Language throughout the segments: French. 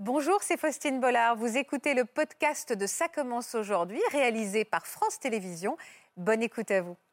Bonjour, c'est Faustine Bollard. Vous écoutez le podcast de Ça commence aujourd'hui, réalisé par France Télévisions. Bonne écoute à vous.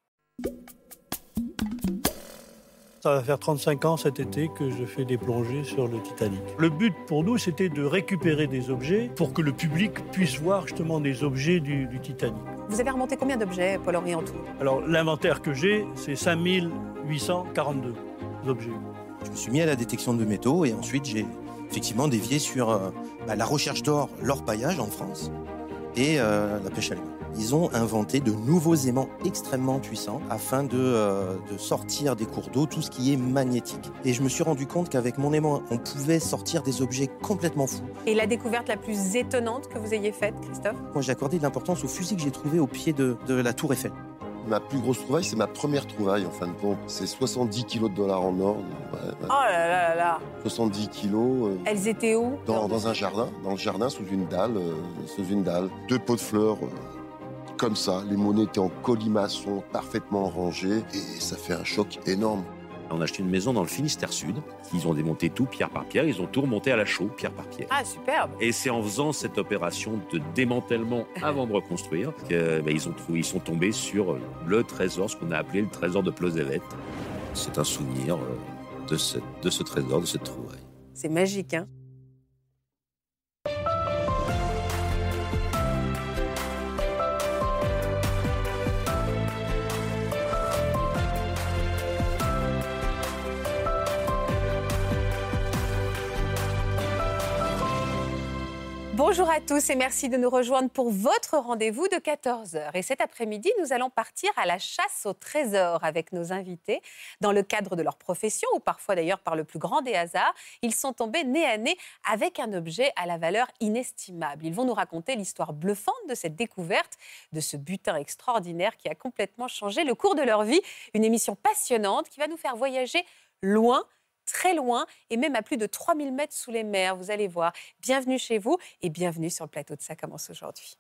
Ça va faire 35 ans cet été que je fais des plongées sur le Titanic. Le but pour nous, c'était de récupérer des objets pour que le public puisse voir justement des objets du Titanic. Vous avez remonté combien d'objets, Paul-Henri, en tout ? Alors, l'inventaire que j'ai, c'est 5842 objets. Je me suis mis à la détection de métaux et ensuite j'ai effectivement dévié sur la recherche d'or, l'orpaillage en France et la pêche à l'aimant. Ils ont inventé de nouveaux aimants extrêmement puissants afin de sortir des cours d'eau tout ce qui est magnétique. Et je me suis rendu compte qu'avec mon aimant, on pouvait sortir des objets complètement fous. Et la découverte la plus étonnante que vous ayez faite, Christophe ? Moi, j'ai accordé de l'importance au fusil que j'ai trouvé au pied de la tour Eiffel. Ma plus grosse trouvaille, c'est ma première trouvaille, en fin de compte. C'est 70 kilos de dollars en or. Ouais. Oh là là là là ! 70 kilos. Elles étaient où ? Dans un jardin. Dans le jardin, sous une dalle. 2 pots de fleurs, comme ça. Les monnaies étaient en colimaçon, parfaitement rangées. Et ça fait un choc énorme. On a acheté une maison dans le Finistère Sud. Ils ont démonté tout pierre par pierre. Ils ont tout remonté à la chaux, pierre par pierre. Ah, superbe. Et c'est en faisant cette opération de démantèlement avant de reconstruire qu'ils sont tombés sur le trésor, ce qu'on a appelé le trésor de Plozévet. C'est un souvenir de ce trésor, de cette trouvaille. C'est magique, hein ? Bonjour à tous et merci de nous rejoindre pour votre rendez-vous de 14h. Et cet après-midi, nous allons partir à la chasse au trésor avec nos invités. Dans le cadre de leur profession, ou parfois d'ailleurs par le plus grand des hasards, ils sont tombés nez à nez avec un objet à la valeur inestimable. Ils vont nous raconter l'histoire bluffante de cette découverte, de ce butin extraordinaire qui a complètement changé le cours de leur vie. Une émission passionnante qui va nous faire voyager loin, très loin, et même à plus de 3000 mètres sous les mers, vous allez voir. Bienvenue chez vous et bienvenue sur le plateau de Ça commence aujourd'hui.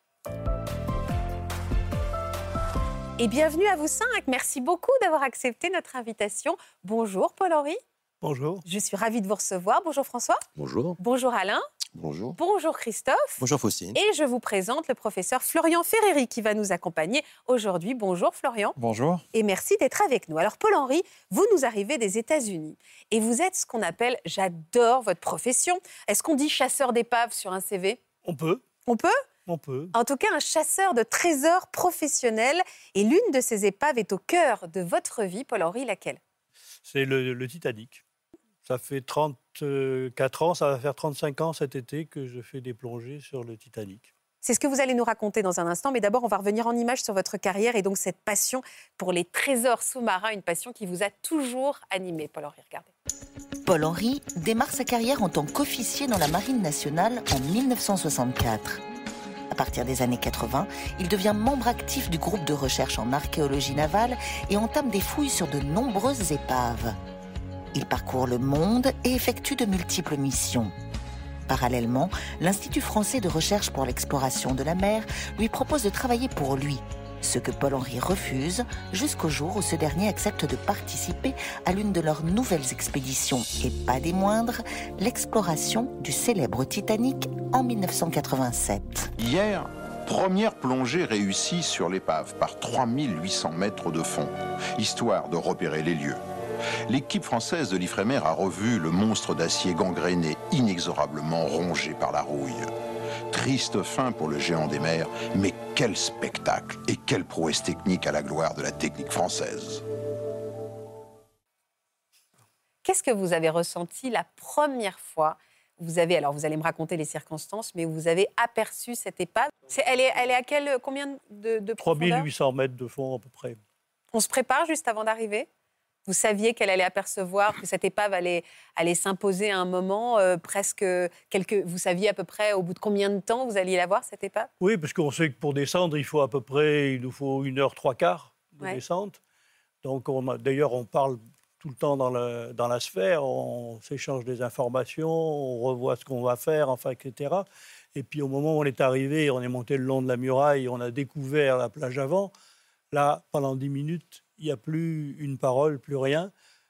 Et bienvenue à vous 5. Merci beaucoup d'avoir accepté notre invitation. Bonjour Paul-Henri. Bonjour. Je suis ravie de vous recevoir. Bonjour François. Bonjour. Bonjour Alain. Bonjour. Bonjour Christophe. Bonjour Faustine. Et je vous présente le professeur Florian Ferreri qui va nous accompagner aujourd'hui. Bonjour Florian. Bonjour. Et merci d'être avec nous. Alors Paul-Henri, vous nous arrivez des États-Unis et vous êtes ce qu'on appelle, j'adore votre profession, est-ce qu'on dit chasseur d'épaves sur un CV ? On peut. On peut ? On peut. En tout cas, un chasseur de trésors professionnel. Et l'une de ces épaves est au cœur de votre vie. Paul-Henri, laquelle ? C'est le Titanic. Ça fait 34 ans, ça va faire 35 ans cet été que je fais des plongées sur le Titanic. C'est ce que vous allez nous raconter dans un instant. Mais d'abord, on va revenir en images sur votre carrière et donc cette passion pour les trésors sous-marins, une passion qui vous a toujours animé. Paul-Henri, regardez. Paul-Henri démarre sa carrière en tant qu'officier dans la Marine nationale en 1964. À partir des années 80, il devient membre actif du groupe de recherche en archéologie navale et entame des fouilles sur de nombreuses épaves. Il parcourt le monde et effectue de multiples missions. Parallèlement, l'Institut français de recherche pour l'exploration de la mer lui propose de travailler pour lui, ce que Paul-Henri refuse jusqu'au jour où ce dernier accepte de participer à l'une de leurs nouvelles expéditions, et pas des moindres, l'exploration du célèbre Titanic en 1987. Hier, première plongée réussie sur l'épave par 3800 mètres de fond, histoire de repérer les lieux. L'équipe française de l'Ifremer a revu le monstre d'acier gangréné, inexorablement rongé par la rouille. Triste fin pour le géant des mers, mais quel spectacle et quelle prouesse technique à la gloire de la technique française. Qu'est-ce que vous avez ressenti la première fois ? Vous allez me raconter les circonstances, mais vous avez aperçu cette épave. Elle est à combien de profondeur ? 3800 mètres de fond à peu près. On se prépare juste avant d'arriver ? Vous saviez qu'elle allait apercevoir, que cette épave allait s'imposer à un moment, vous saviez à peu près au bout de combien de temps vous alliez la voir, cette épave ? Oui, parce qu'on sait que pour descendre, il nous faut 1h03 de descente. Donc, d'ailleurs, on parle tout le temps dans la sphère, on s'échange des informations, on revoit ce qu'on va faire, enfin, etc. Et puis, au moment où on est arrivé, on est monté le long de la muraille, on a découvert la plage avant. Là, pendant 10 minutes, il n'y a plus une parole, plus rien.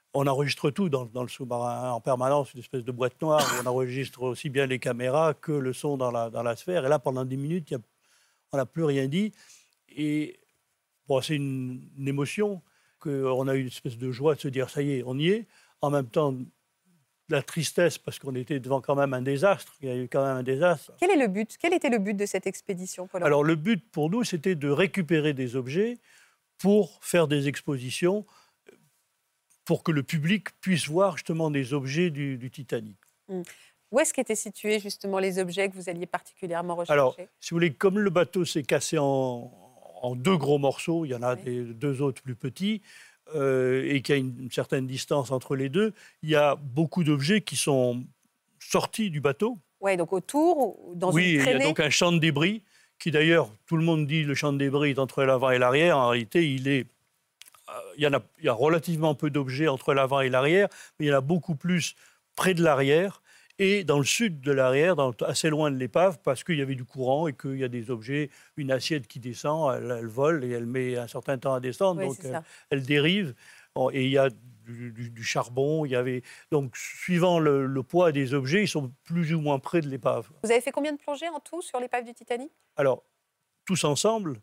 On enregistre tout dans le sous-marin en permanence, une espèce de boîte noire où on enregistre aussi bien les caméras que le son dans la sphère. Et là, pendant 10 minutes, on n'a plus rien dit. Et bon, c'est une émotion qu'on a eu une espèce de joie de se dire, ça y est, on y est. En même temps, la tristesse, parce qu'on était devant quand même un désastre. Il y a eu quand même un désastre. Quel est le but ? Quel était le but de cette expédition, Paul-Henri ? Alors, le but pour nous, c'était de récupérer des objets pour faire des expositions, pour que le public puisse voir justement des objets du Titanic. Où est-ce qu'étaient situés justement les objets que vous alliez particulièrement rechercher ? Alors, si vous voulez, comme le bateau s'est cassé en 2 gros morceaux, il y en a 2 autres plus petits, et qu'il y a une certaine distance entre les deux, il y a beaucoup d'objets qui sont sortis du bateau. Oui, donc autour, dans une traînée. Oui, il y a donc un champ de débris, qui d'ailleurs, tout le monde dit le champ de débris est entre l'avant et l'arrière. En réalité, il y a relativement peu d'objets entre l'avant et l'arrière, mais il y en a beaucoup plus près de l'arrière et dans le sud de l'arrière, assez loin de l'épave, parce qu'il y avait du courant et qu'il y a des objets, une assiette qui descend, elle vole et elle met un certain temps à descendre, donc elle dérive. Et il y a du charbon, donc suivant le poids des objets, ils sont plus ou moins près de l'épave. Vous avez fait combien de plongées en tout sur l'épave du Titanic ? Alors, tous ensemble,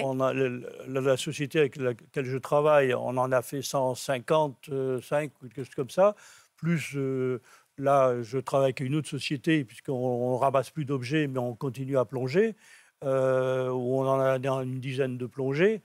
la société avec laquelle je travaille, on en a fait 155 ou quelque chose comme ça, plus là, je travaille avec une autre société, puisqu'on ne ramasse plus d'objets, mais on continue à plonger, où on en a une dizaine de plongées.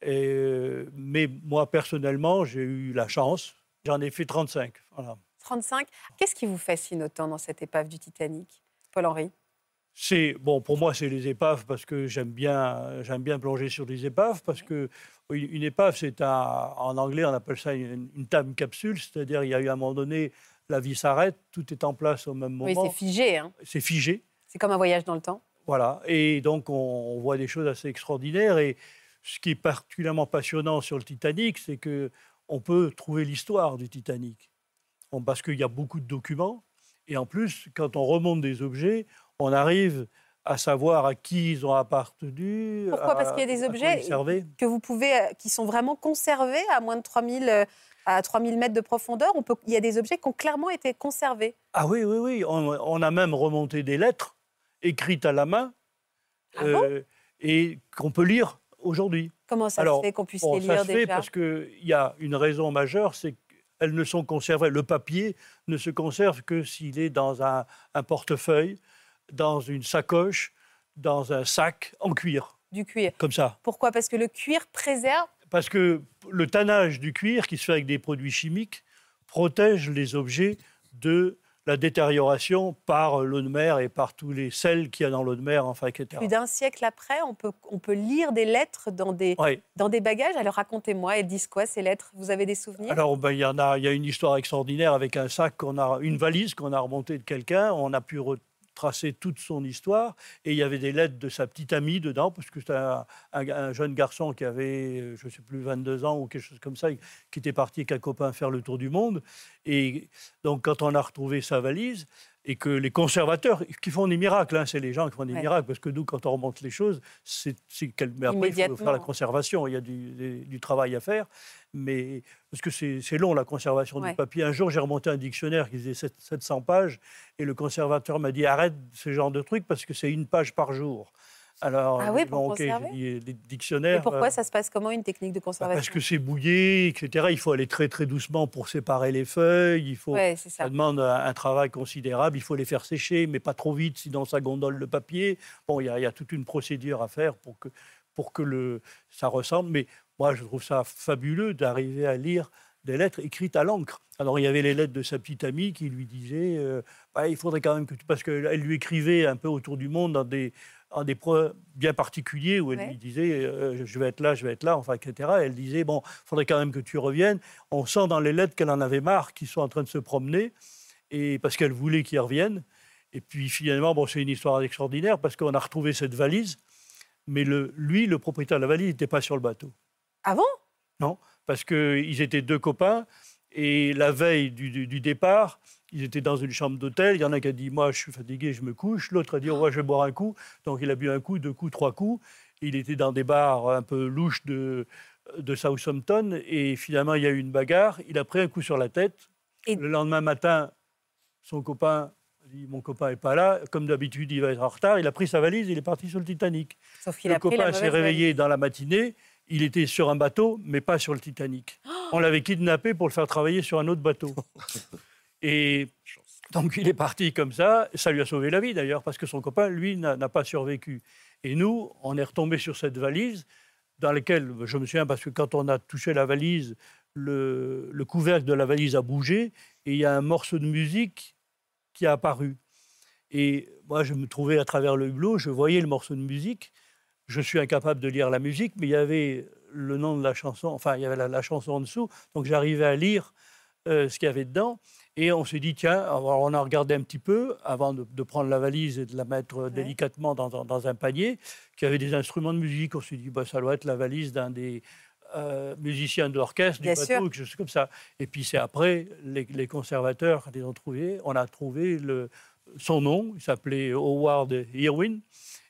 Mais moi, personnellement, j'ai eu la chance, j'en ai fait 35. Voilà. 35 ? Qu'est-ce qui vous fascine autant dans cette épave du Titanic, Paul-Henri ? Pour moi, c'est les épaves, parce que j'aime bien plonger sur des épaves, parce qu'une épave, en anglais, on appelle ça une time capsule, c'est-à-dire il y a eu à un moment donné, la vie s'arrête, tout est en place au même moment. Oui, c'est figé. Hein. C'est figé. C'est comme un voyage dans le temps. Voilà, et donc on voit des choses assez extraordinaires. Et ce qui est particulièrement passionnant sur le Titanic, c'est qu'on peut trouver l'histoire du Titanic. Parce qu'il y a beaucoup de documents. Et en plus, quand on remonte des objets, on arrive à savoir à qui ils ont appartenu. Pourquoi ? Parce qu'il y a des objets que vous qui sont vraiment conservés à moins de 3000 mètres de profondeur. Il y a des objets qui ont clairement été conservés. Ah oui. On a même remonté des lettres écrites à la main et qu'on peut lire aujourd'hui. Comment ça se fait qu'on puisse les lire déjà ? Ça se fait parce qu'il y a une raison majeure, c'est qu'elles ne sont conservées. Le papier ne se conserve que s'il est dans un portefeuille, dans une sacoche, dans un sac en cuir. Du cuir. Comme ça. Pourquoi ? Parce que le cuir préserve ? Parce que le tannage du cuir, qui se fait avec des produits chimiques, protège les objets de la détérioration par l'eau de mer et par tous les sels qu'il y a dans l'eau de mer, enfin, etc. Plus d'un siècle après, on peut lire des lettres dans des bagages. Alors racontez-moi, elles disent quoi ces lettres ? Vous avez des souvenirs ? Alors il y a une histoire extraordinaire avec un sac une valise qu'on a remontée de quelqu'un. On a pu tracer toute son histoire, et il y avait des lettres de sa petite amie dedans, parce que c'était un jeune garçon qui avait, je ne sais plus, 22 ans ou quelque chose comme ça, qui était parti avec un copain faire le tour du monde. Et donc, quand on a retrouvé sa valise, et que les conservateurs, qui font des miracles, c'est les gens qui font des miracles, parce que nous, quand on remonte les choses, mais après, il faut faire la conservation, il y a du travail à faire, mais parce que c'est long, la conservation du papier. Un jour, j'ai remonté un dictionnaire qui faisait 700 pages, et le conservateur m'a dit « Arrête ce genre de truc, parce que c'est 1 page par jour ». Alors, pour conserver. Les dictionnaires... Et pourquoi ça se passe comment, une technique de conservation ? Parce que c'est bouillé, etc. Il faut aller très, très doucement pour séparer les feuilles. Ça demande un travail considérable. Il faut les faire sécher, mais pas trop vite, sinon ça gondole le papier. Bon, il y a toute une procédure à faire pour que ça ressemble. Mais moi, je trouve ça fabuleux d'arriver à lire des lettres écrites à l'encre. Alors, il y avait les lettres de sa petite amie qui lui disait il faudrait quand même que parce qu'elle lui écrivait un peu autour du monde dans des points bien particuliers où elle lui disait je vais être là, enfin, etc. Elle disait il faudrait quand même que tu reviennes. On sent dans les lettres qu'elle en avait marre, qu'ils sont en train de se promener, et parce qu'elle voulait qu'ils reviennent. Et puis finalement, c'est une histoire extraordinaire parce qu'on a retrouvé cette valise, mais le propriétaire de la valise n'était pas sur le bateau. Ah bon ? Non, parce qu'ils étaient 2 copains, et la veille du départ, ils étaient dans une chambre d'hôtel. Il y en a un qui a dit « Moi, je suis fatigué, je me couche ». L'autre a dit « je vais boire un coup ». Donc, il a bu un coup, 2 coups, 3 coups. Il était dans des bars un peu louches de Southampton. Et finalement, il y a eu une bagarre. Il a pris un coup sur la tête. Et le lendemain matin, son copain dit « Mon copain n'est pas là. Comme d'habitude, il va être en retard. » Il a pris sa valise et il est parti sur le Titanic. Sauf qu'il le a pris copain la s'est réveillé valise. dans la matinée. Il était sur un bateau, mais pas sur le Titanic. On l'avait kidnappé pour le faire travailler sur un autre bateau. Et donc, il est parti comme ça. Ça lui a sauvé la vie, d'ailleurs, parce que son copain, lui, n'a pas survécu. Et nous, on est retombés sur cette valise dans laquelle, je me souviens, parce que quand on a touché la valise, le couvercle de la valise a bougé et il y a un morceau de musique qui a apparu. Et moi, je me trouvais à travers le hublot, je voyais le morceau de musique. Je suis incapable de lire la musique, mais il y avait le nom de la chanson, enfin, il y avait la chanson en dessous, donc j'arrivais à lire ce qu'il y avait dedans. Et on s'est dit, tiens, alors on a regardé un petit peu avant de prendre la valise et de la mettre délicatement dans un panier, qui avait des instruments de musique. On s'est dit, bah, ça doit être la valise d'un des musiciens de l'orchestre, du bateau, quelque chose comme ça. Et puis c'est après, les conservateurs, quand ils ont trouvé, on a trouvé son nom, il s'appelait Howard Irwin.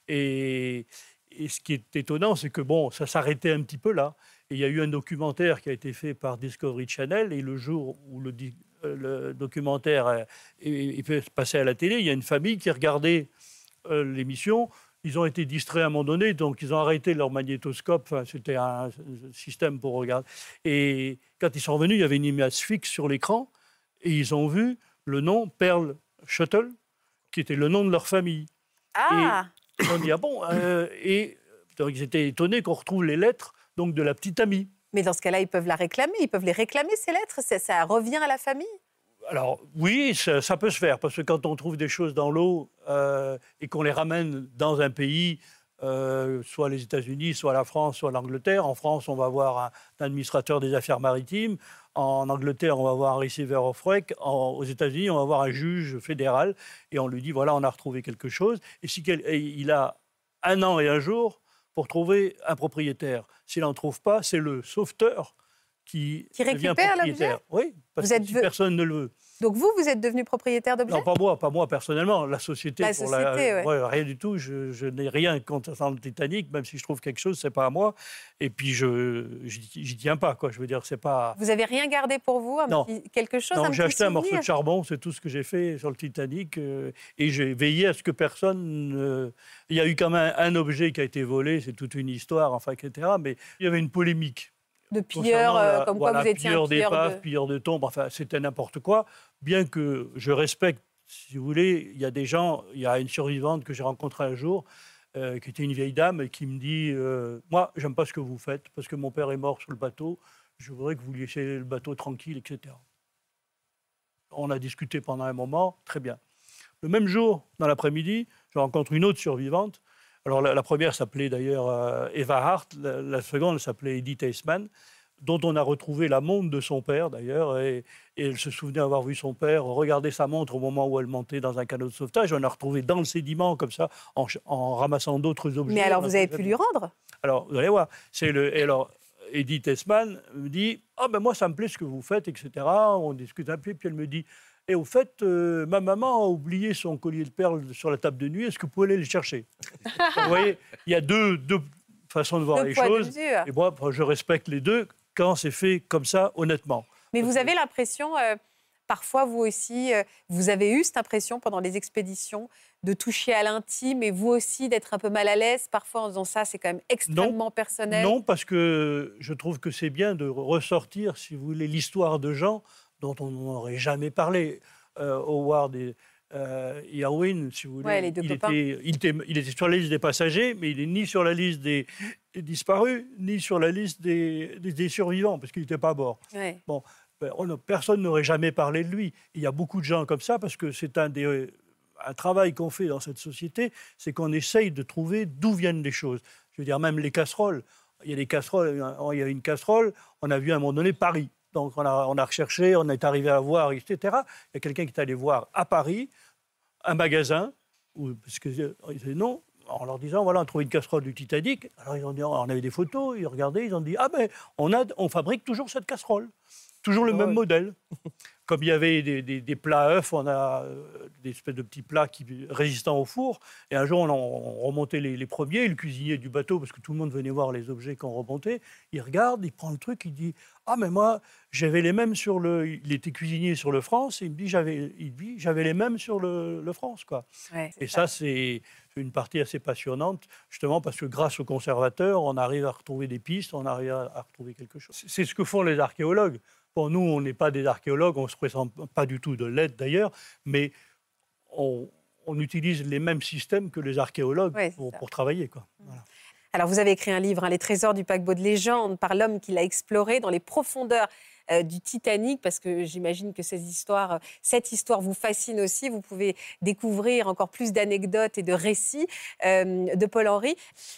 Et ce qui est étonnant, c'est que bon, ça s'arrêtait un petit peu là. Et il y a eu un documentaire qui a été fait par Discovery Channel. Et le jour où le documentaire est passé à la télé, il y a une famille qui regardait l'émission. Ils ont été distraits à un moment donné, donc ils ont arrêté leur magnétoscope. Enfin, c'était un système pour regarder. Et quand ils sont revenus, il y avait une image fixe sur l'écran. Et ils ont vu le nom Pearl Shuttle, qui était le nom de leur famille. Ah! Et on dit, ah bon et donc, ils étaient étonnés qu'on retrouve les lettres donc, de la petite amie. Mais dans ce cas-là, ils peuvent la réclamer. Ils peuvent les réclamer, ces lettres. Ça revient à la famille. Alors, oui, ça peut se faire. Parce que quand on trouve des choses dans l'eau et qu'on les ramène dans un pays, soit les États-Unis, soit la France, soit l'Angleterre. En France, on va avoir un administrateur des affaires maritimes. En Angleterre, on va avoir un receiver of wreck. Aux États-Unis, on va avoir un juge fédéral. Et on lui dit, voilà, on a retrouvé quelque chose. Et il a 1 an et 1 jour pour trouver un propriétaire. S'il n'en trouve pas, c'est le sauveteur qui devient propriétaire. Oui, parce que si personne ne le veut. Donc vous êtes devenu propriétaire d'objets ? Non, pas moi personnellement. La société, rien du tout. Je n'ai rien contre le Titanic, même si je trouve quelque chose, c'est pas à moi. Et puis j'y tiens pas, quoi. Je veux dire, c'est pas. Vous avez rien gardé pour vous, quelque chose ? Non, j'ai acheté un morceau de charbon, c'est tout ce que j'ai fait sur le Titanic, et j'ai veillé à ce que personne. Il y a eu quand même un objet qui a été volé, c'est toute une histoire, enfin, etc. Mais il y avait une polémique. De pilleurs, comme quoi vous étiez un pilleurs d'épave, de tombes, enfin, c'était n'importe quoi. Bien que je respecte, si vous voulez, il y a des gens, il y a une survivante que j'ai rencontrée un jour, qui était une vieille dame, et qui me dit moi, j'aime pas ce que vous faites, parce que mon père est mort sur le bateau, je voudrais que vous laissiez le bateau tranquille, etc. On a discuté pendant un moment, très bien. Le même jour, dans l'après-midi, je rencontre une autre survivante. Alors, la première s'appelait d'ailleurs Eva Hart, la seconde s'appelait Edith Eastman, dont on a retrouvé la montre de son père, d'ailleurs, et elle se souvenait avoir vu son père regarder sa montre au moment où elle montait dans un canot de sauvetage. On l'a retrouvé dans le sédiment, comme ça, en ramassant d'autres objets. Mais alors, vous avez pu lui rendre ? Alors, vous allez voir, alors, Edith Eastman me dit « Ah, ben moi, ça me plaît ce que vous faites, etc. » On discute un peu, puis elle me dit « Et au fait, ma maman a oublié son collier de perles sur la table de nuit, est-ce que vous pouvez aller le chercher ?» Vous voyez, il y a deux façons de voir les choses. Et moi, je respecte les deux quand c'est fait comme ça, honnêtement. Mais vous avez l'impression, parfois vous aussi, vous avez eu cette impression pendant les expéditions de toucher à l'intime et vous aussi d'être un peu mal à l'aise parfois en faisant ça, c'est quand même extrêmement personnel. Non, parce que je trouve que c'est bien de ressortir, si vous voulez, l'histoire de gens dont on n'aurait jamais parlé. Howard Irwin, si vous voulez, il était sur la liste des passagers, mais il n'est ni sur la liste des disparus, ni sur la liste des survivants, parce qu'il n'était pas à bord. Ouais. Bon, personne n'aurait jamais parlé de lui. Il y a beaucoup de gens comme ça, parce que c'est un travail qu'on fait dans cette société, c'est qu'on essaye de trouver d'où viennent les choses. Je veux dire, même les casseroles. Il y a une casserole, on a vu à un moment donné Paris. Donc on a recherché, on est arrivé à voir, etc. Il y a quelqu'un qui est allé voir à Paris un magasin, parce que ils disaient non, en leur disant voilà, on a trouvé une casserole du Titanic. Alors ils ont dit, on avait des photos, ils regardaient, ils ont dit ah ben on fabrique toujours cette casserole, toujours le même modèle. Comme il y avait des plats à œufs, on a des espèces de petits plats résistants au four. Et un jour, on remontait les premiers. Le cuisinier du bateau, parce que tout le monde venait voir les objets qu'on remontait, il regarde, il prend le truc, il dit « Ah, mais moi, j'avais les mêmes sur le... » Il était cuisinier sur le France, et il me dit « J'avais les mêmes sur le France, quoi. Ouais, » Et ça, c'est une partie assez passionnante, justement parce que grâce aux conservateurs, on arrive à retrouver des pistes, on arrive à retrouver quelque chose. C'est ce que font les archéologues. Bon, nous, on n'est pas des archéologues, on ne se présente pas du tout de l'être d'ailleurs, mais on utilise les mêmes systèmes que les archéologues pour travailler, quoi. Voilà. Alors, vous avez écrit un livre, Les trésors du paquebot de légende, par l'homme qui l'a exploré dans les profondeurs du Titanic, parce que j'imagine que cette histoire vous fascine aussi. Vous pouvez découvrir encore plus d'anecdotes et de récits de Paul Henry.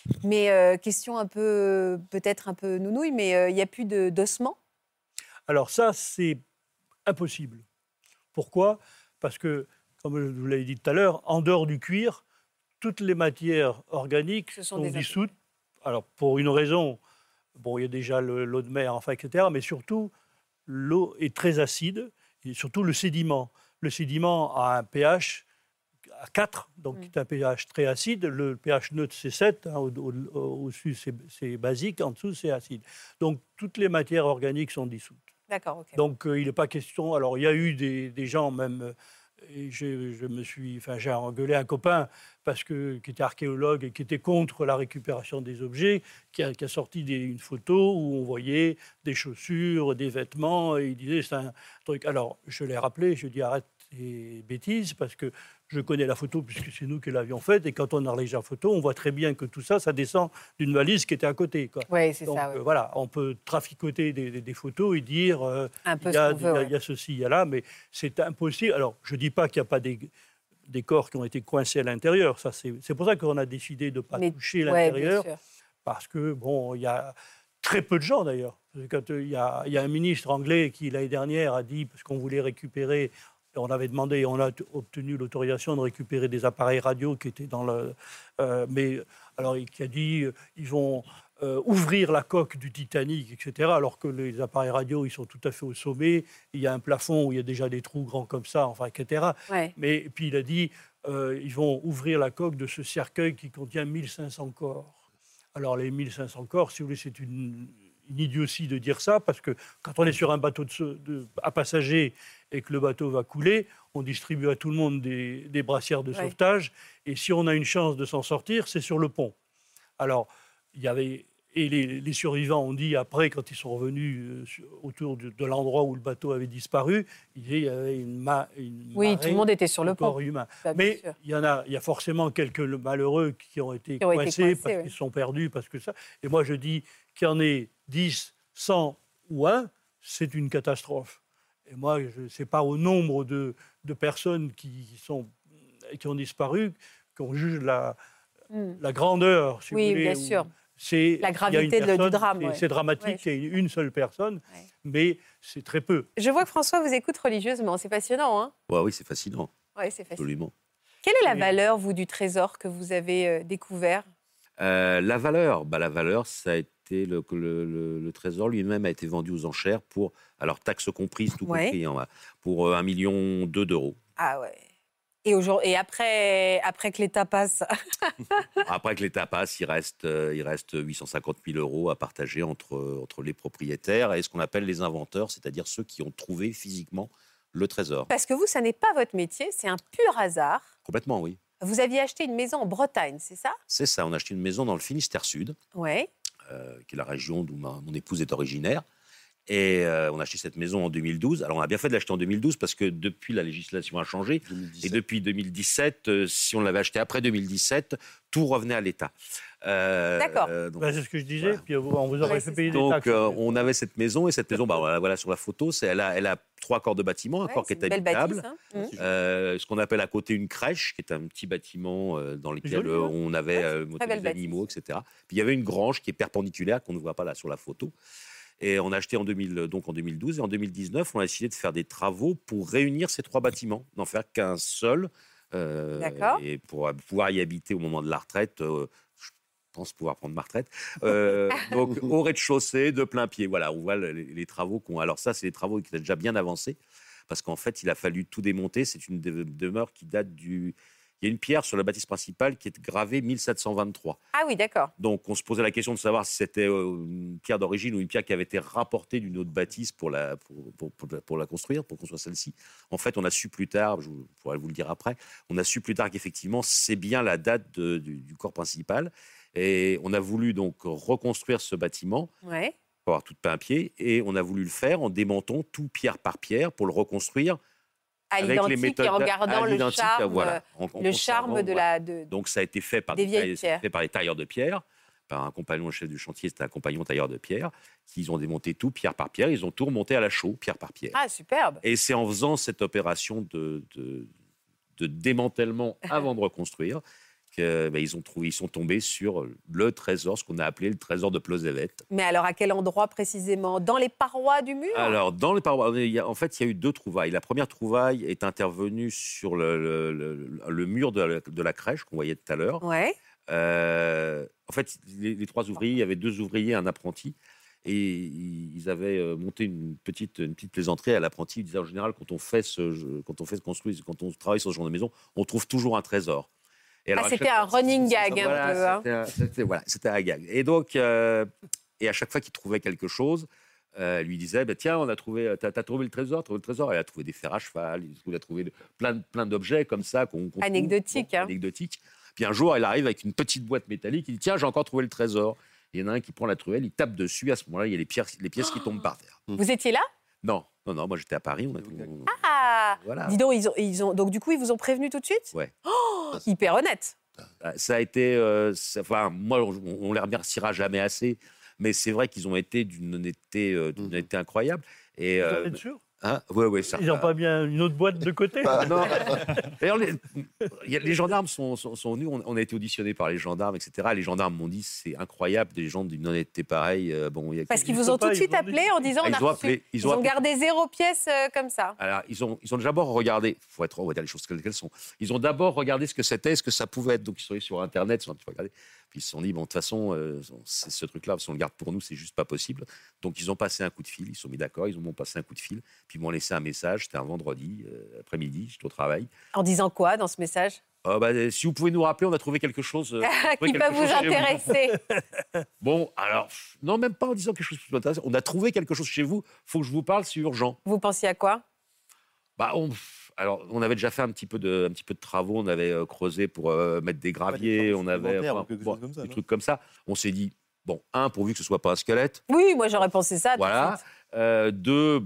Mais question peut-être un peu nounouille, mais il n'y a plus d'ossements? Alors ça, c'est impossible. Pourquoi? Parce que, comme je vous l'avais dit tout à l'heure, en dehors du cuir, toutes les matières organiques sont dissoutes. Alors, pour une raison, bon, il y a déjà l'eau de mer, enfin, etc., mais surtout, l'eau est très acide, et surtout le sédiment. Le sédiment a un pH à 4, donc c'est un pH très acide. Le pH neutre, c'est 7. Hein, au-dessus, c'est basique. En dessous, c'est acide. Donc, toutes les matières organiques sont dissoutes. D'accord, ok. Donc, il n'est pas question... Alors, il y a eu des gens, même... j'ai engueulé un copain qui était archéologue et qui était contre la récupération des objets, qui a sorti une photo où on voyait des chaussures, des vêtements, et il disait c'est un truc. Alors, je l'ai rappelé, je lui ai dit arrête tes bêtises, parce que je connais la photo puisque c'est nous qui l'avions faite, et quand on a regardé la photo, on voit très bien que tout ça, ça descend d'une valise qui était à côté, quoi. Oui, c'est donc, ça. Oui. Voilà, on peut traficoter des photos et dire il y a ceci, il y a là, mais c'est impossible. Alors, je ne dis pas qu'il n'y a pas des corps qui ont été coincés à l'intérieur. Ça, c'est pour ça qu'on a décidé de ne pas toucher l'intérieur, parce que, bon, il y a très peu de gens, d'ailleurs. Quand il y a un ministre anglais qui, l'année dernière, a dit, parce qu'on voulait récupérer... On avait demandé, on a obtenu l'autorisation de récupérer des appareils radio qui étaient dans le... mais alors, il a dit, ils vont ouvrir la coque du Titanic, etc., alors que les appareils radio, ils sont tout à fait au sommet. Il y a un plafond où il y a déjà des trous grands comme ça, enfin, etc. Ouais. Mais puis il a dit, ils vont ouvrir la coque de ce cercueil qui contient 1500 corps. Alors, les 1500 corps, si vous voulez, c'est une idiotie de dire ça, parce que quand on est sur un bateau à passagers et que le bateau va couler, on distribue à tout le monde des brassières de sauvetage, et si on a une chance de s'en sortir, c'est sur le pont. Alors, il y avait... Et les survivants ont dit, après, quand ils sont revenus autour de l'endroit où le bateau avait disparu, il y avait une marée tout le monde était sur le pont. Humain. Mais il y a forcément quelques malheureux qui ont été coincés parce qu'ils sont perdus, parce que ça... Et moi, je dis qu'il y en ait 10, 100 ou 1, c'est une catastrophe. Et moi, ce n'est pas au nombre de personnes qui ont disparu qu'on juge la grandeur, si vous voulez. Oui, bien sûr. C'est la gravité du drame. C'est dramatique, il y a une seule personne, mais c'est très peu. Je vois que François vous écoute religieusement, c'est passionnant. Hein? Oui, c'est fascinant. Ouais, c'est fascinant. Absolument. Quelle est la valeur, vous, du trésor que vous avez découvert? La valeur, ça a été le trésor lui-même a été vendu aux enchères pour, alors taxes comprises, tout compris, hein, pour 1,2 million d'euros. Ah ouais. Et après que l'État passe Après que l'État passe, il reste 850 000 euros à partager entre les propriétaires et ce qu'on appelle les inventeurs, c'est-à-dire ceux qui ont trouvé physiquement le trésor. Parce que vous, ça n'est pas votre métier, c'est un pur hasard. Complètement, oui. Vous aviez acheté une maison en Bretagne, c'est ça? C'est ça, on a acheté une maison dans le Finistère Sud, qui est la région d'où mon épouse est originaire. Et on a acheté cette maison en 2012. Alors, on a bien fait de l'acheter en 2012 parce que depuis, la législation a changé. 2017. Et depuis 2017, si on l'avait acheté après 2017, tout revenait à l'État. D'accord. C'est ce que je disais. Voilà. Puis on vous aurait fait payer des taxes. Donc, on avait cette maison. Et cette maison, voilà, sur la photo, elle a 3 corps de bâtiment. Un corps qui est habitable. Bâtisse, hein. Ce qu'on appelle à côté une crèche, qui est un petit bâtiment dans lequel on avait des animaux, etc. Puis, il y avait une grange qui est perpendiculaire, qu'on ne voit pas là sur la photo. Et on a acheté en 2012. Et en 2019, on a décidé de faire des travaux pour réunir ces 3 bâtiments, n'en faire qu'un seul. Et pour pouvoir y habiter au moment de la retraite, je pense pouvoir prendre ma retraite. Donc, au rez-de-chaussée, de plein pied. Voilà, on voit les travaux qu'on... Alors ça, c'est des travaux qui étaient déjà bien avancés. parce qu'en fait, il a fallu tout démonter. C'est une demeure qui date du... Il y a une pierre sur la bâtisse principale qui est gravée 1723. Ah oui, d'accord. Donc, on se posait la question de savoir si c'était une pierre d'origine ou une pierre qui avait été rapportée d'une autre bâtisse pour la construire, pour construire celle-ci. En fait, on a su plus tard, je pourrais vous le dire après, on a su plus tard qu'effectivement, c'est bien la date du corps principal. Et on a voulu donc reconstruire ce bâtiment. Ouais. Pour avoir tout de pain à pied, et on a voulu le faire en démontant tout pierre par pierre pour le reconstruire à l'identique et en gardant le charme, voilà, le charme de la... Donc ça a été fait par des vieilles pierres. fait par les tailleurs de pierre, par un compagnon chef du chantier, c'était un compagnon tailleur de pierre, qui ont démonté tout pierre par pierre, ils ont tout remonté à la chaux, pierre par pierre. Ah, superbe. Et c'est en faisant cette opération de démantèlement avant de reconstruire ils sont tombés sur le trésor, ce qu'on a appelé le trésor de Plozévet. Mais alors, à quel endroit précisément? Dans les parois du mur? Alors, dans les parois, il y a eu 2 trouvailles. La première trouvaille est intervenue sur le mur de la crèche qu'on voyait tout à l'heure. Ouais. En fait, les 3 ouvriers, il y avait 2 ouvriers et un apprenti. Et ils avaient monté une petite plaisanterie à l'apprenti. Ils disaient en général, quand on travaille sur ce genre de maison, on trouve toujours un trésor. Et alors, c'était un running gag un peu. C'était un gag. Et donc, et à chaque fois qu'il trouvait quelque chose, lui disait tiens, t'as trouvé le trésor, Elle a trouvé des fers à cheval, il a trouvé plein d'objets comme ça anecdotiques. Anecdotiques. Puis un jour, elle arrive avec une petite boîte métallique, il dit tiens, j'ai encore trouvé le trésor. Il y en a un qui prend la truelle, il tape dessus. À ce moment-là, il y a les pièces qui tombent par terre. Vous étiez là? Non, moi j'étais à Paris. Voilà. Dis donc, donc du coup, ils vous ont prévenu tout de suite? Ouais. Oh, hyper honnête. Ça a été... moi, on les remerciera jamais assez, mais c'est vrai qu'ils ont été d'une honnêteté incroyable. Et, vous en êtes sûr? Oui, ça. Ils n'ont pas bien une autre boîte de côté? Non. D'ailleurs, les gendarmes sont venus, on a été auditionnés par les gendarmes, etc. Les gendarmes m'ont dit c'est incroyable, des gens d'une honnêteté pareille. Parce qu'ils vous ont tout de suite appelé en disant ils ont gardé 0 pièce comme ça. Alors, ils ont d'abord regardé, il faut dire les choses qu'elles sont, ils ont d'abord regardé ce que c'était, ce que ça pouvait être. Donc, ils sont allés sur Internet, ils ont regardé. Puis ils se sont dit, de toute façon, ce truc-là, si on le garde pour nous, c'est juste pas possible. Donc, ils ont passé un coup de fil, ils se sont mis d'accord, ils m'ont passé un coup de fil, puis ils m'ont laissé un message, c'était un vendredi après-midi, j'étais au travail. En disant quoi dans ce message? Si vous pouvez nous rappeler, on a trouvé quelque chose qui va vous intéresser. Bon, alors, non, même pas en disant quelque chose qui vous intéresse. On a trouvé quelque chose chez vous, il faut que je vous parle, c'est urgent. Vous pensiez à quoi? Alors, on avait déjà fait un petit peu de travaux, on avait creusé pour mettre des graviers, on avait des trucs comme ça. On s'est dit, pourvu que ce soit pas un squelette. Oui, moi j'aurais pensé ça. Voilà. 2,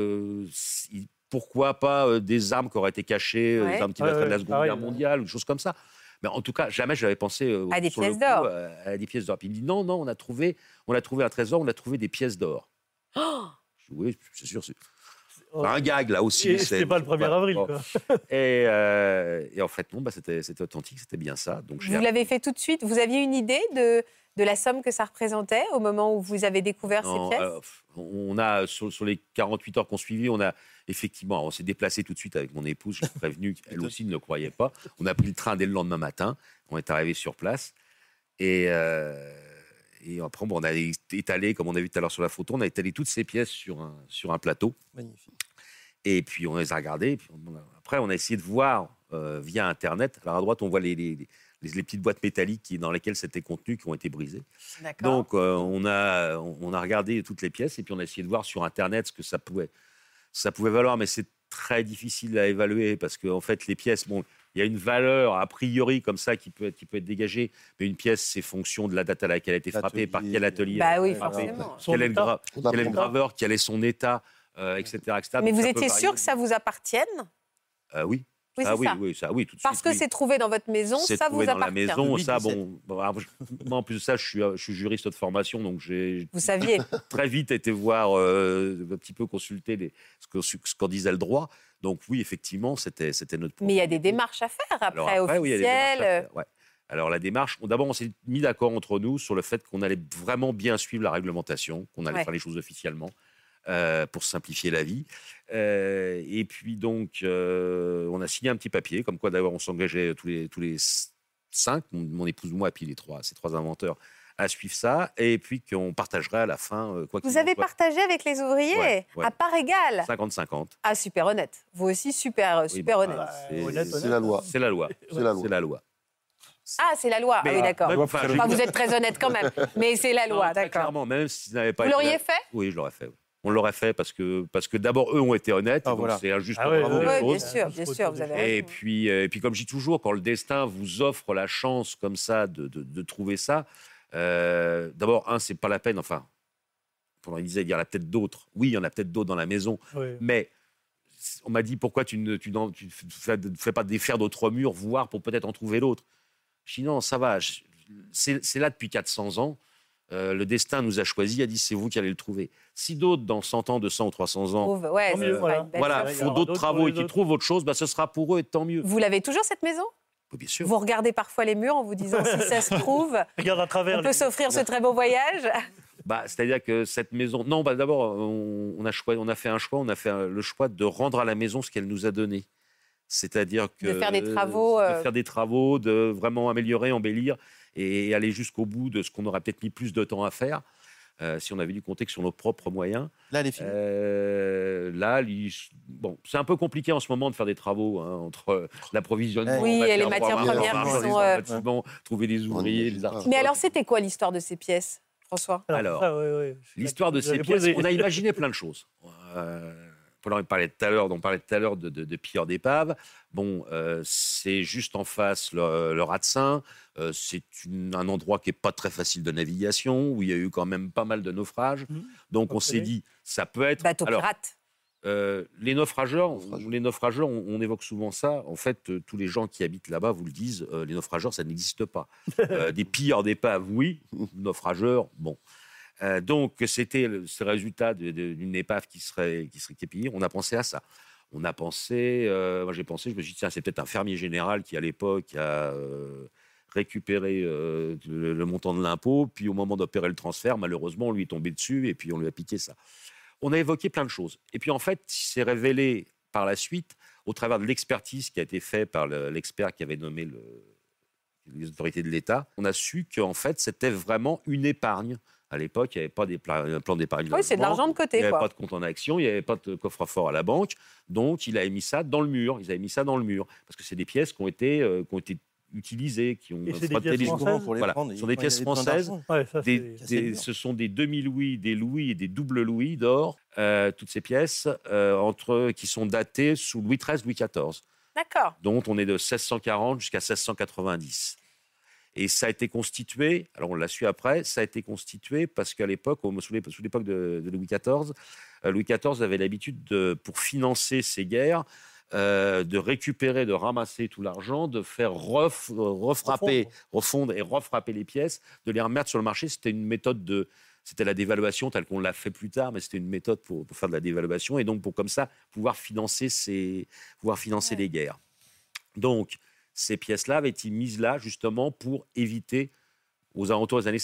pourquoi pas des armes qui auraient été cachées, des armes qui dateraient de la Seconde Guerre mondiale, ou des choses comme ça. Mais en tout cas, jamais je n'avais pensé à des pièces d'or. À des pièces d'or. Puis il me dit non, on a trouvé un trésor, on a trouvé des pièces d'or. Oui, c'est sûr. Un gag, là aussi. C'était pas le 1er avril. Quoi. Et en fait, non, c'était authentique, c'était bien ça. Donc, vous l'avez fait tout de suite? Vous aviez une idée de la somme que ça représentait au moment où vous avez découvert ces pièces? On a, sur les 48 heures qu'on suivit, on s'est déplacé tout de suite avec mon épouse. Je l'ai prévenue, elle aussi ne le croyait pas. On a pris le train dès le lendemain matin. On est arrivé sur place. Et après, on a étalé, comme on a vu tout à l'heure sur la photo, on a étalé toutes ces pièces sur un plateau. Magnifique. Et puis, on les a regardées. Puis après, on a essayé de voir via Internet. Alors, à droite, on voit les petites boîtes métalliques dans lesquelles c'était contenu, qui ont été brisées. D'accord. Donc, on a regardé toutes les pièces et puis on a essayé de voir sur Internet ce que ça pouvait valoir. Mais c'est très difficile à évaluer parce qu'en fait, les pièces... il y a une valeur a priori comme ça qui peut être dégagée, mais une pièce, c'est fonction de la date à laquelle elle a été frappée, par quel atelier. Oui, forcément. Quel est le graveur, quel est son état, etc. Mais vous étiez sûr que ça vous appartienne? Oui. Oui, oui, tout de suite. Parce que c'est trouvé dans votre maison, ça vous appartient. Dans la maison, ça, moi, en plus de ça, je suis juriste de formation, donc vous saviez. Très vite été voir, un petit peu consulter ce qu'en disait le droit. Donc oui, effectivement, c'était notre point. Mais il y a des démarches à faire après, officielles. Oui, il y a des démarches à faire, ouais. Alors la démarche, d'abord on s'est mis d'accord entre nous sur le fait qu'on allait vraiment bien suivre la réglementation, qu'on allait faire les choses officiellement pour simplifier la vie. Et puis donc on a signé un petit papier, comme quoi d'abord on s'engageait tous les 5, mon épouse, moi, et puis ces 3 inventeurs, à suivre ça, et puis qu'on partagerait à la fin quoi qu'il en Vous avez soit. partagé avec les ouvriers Ouais. à part égale. 50-50. Ah, super honnête. Vous aussi, super Oui, honnête. C'est la loi. C'est la loi. C'est la loi. C'est la loi. Ah, c'est la loi. Mais- ah oui, d'accord. même- enfin, Enfin, vous êtes très honnête quand même. Mais c'est la Non, loi, très d'accord. clairement, même si ça n'avait pas Vous été l'auriez la- fait? Oui, je l'aurais fait. Oui. On l'aurait fait parce que d'abord, eux ont été honnêtes. Ah, donc voilà. c'est injuste Ah pour ouais, bravo ouais, les Oui, choses. bien sûr, vous avez Et raison. puis, comme je dis toujours, quand le destin vous offre la chance comme ça de trouver ça, d'abord, c'est pas la peine. Enfin, pendant il disait, il y en a peut-être d'autres. Oui, il y en a peut-être d'autres dans la maison. Oui. Mais on m'a dit, pourquoi tu ne fais pas défaire d'autres murs, voir pour peut-être en trouver l'autre. Je dis, non, ça va. C'est là depuis 400 ans. Le destin nous a choisis, a dit, c'est vous qui allez le trouver. Si d'autres, dans 100 ans, 200 ou 300 ans, Ouais, Tant ça mieux, sera voilà. une belle voilà, chose. Il y font aura d'autres d'autres travaux pour et les qu'ils autres. trouvent autre chose, ce sera pour eux et tant mieux. Vous l'avez toujours, cette maison? Oui, bien sûr. Vous regardez parfois les murs en vous disant, si ça se trouve, Regarde à travers. on peut s'offrir ce très beau voyage? C'est-à-dire que cette maison... Non, d'abord, on a fait le choix de rendre à la maison ce qu'elle nous a donné. C'est-à-dire que... De faire des travaux, De faire des travaux, de vraiment améliorer, embellir et aller jusqu'au bout de ce qu'on aurait peut-être mis plus de temps à faire si on avait dû compter que sur nos propres moyens. Là, elle est finie. C'est un peu compliqué en ce moment de faire des travaux entre l'approvisionnement. Oui, en et les matières premières premières qui qui sont sont, bâtiments, trouver des ouvriers, n'imagine les pas. artistes. Mais alors, c'était quoi l'histoire de ces pièces, François? Alors, l'histoire de Vous avez ces pièces, posé. on a imaginé plein de choses. On parlait tout à l'heure de pilleurs d'épaves. Bon, c'est juste en face le Raz de Seine. C'est un endroit qui n'est pas très facile de navigation, où il y a eu quand même pas mal de naufrages. Donc on s'est dit, ça peut être... Bateau Alors, pirate. les naufrageurs, on évoque souvent ça. En fait, tous les gens qui habitent là-bas vous le disent, les naufrageurs, ça n'existe pas. Des pilleurs d'épaves, oui. Naufrageurs, bon. Donc, c'était ce résultat d'une épave qui serait pillée. On a pensé à ça. On a pensé, moi j'ai pensé, je me suis dit, tiens, c'est peut-être un fermier général qui, à l'époque, a récupéré le montant de l'impôt, puis au moment d'opérer le transfert, malheureusement, on lui est tombé dessus et puis on lui a piqué ça. On a évoqué plein de choses. Et puis, en fait, il s'est révélé par la suite, au travers de l'expertise qui a été faite par l'expert qui avait nommé les autorités de l'État, on a su qu'en fait, c'était vraiment une épargne. À l'époque, il n'y avait pas des plans d'épargne. Oui, c'est de l'argent de côté, Il n'y avait quoi. pas de compte en action, il n'y avait pas de coffre-fort à la banque. Donc, il avait mis ça dans le mur. Ils avaient mis ça dans le mur. Parce que c'est des pièces qui ont été utilisées, qui ont Et c'est des frotté pièces les françaises Pour les Voilà. prendre, Ce sont des quand il y pièces avait besoin françaises. d'argent. Ouais, ça, c'est- Ce sont des demi-louis, des louis et des doubles louis d'or, toutes ces pièces, qui sont datées sous Louis XIII, Louis XIV, D'accord. dont on est de 1640 jusqu'à 1690. Et ça a été constitué, alors on l'a su après, ça a été constitué parce qu'à l'époque, sous l'époque de Louis XIV, Louis XIV avait l'habitude, pour financer ses guerres, de récupérer, de ramasser tout l'argent, de faire refondre et refrapper les pièces, de les remettre sur le marché. C'était une méthode c'était la dévaluation telle qu'on l'a fait plus tard, mais c'était une méthode pour faire de la dévaluation et donc pour comme ça pouvoir financer les guerres. Donc ces pièces-là avaient été mises là justement pour éviter, aux alentours des années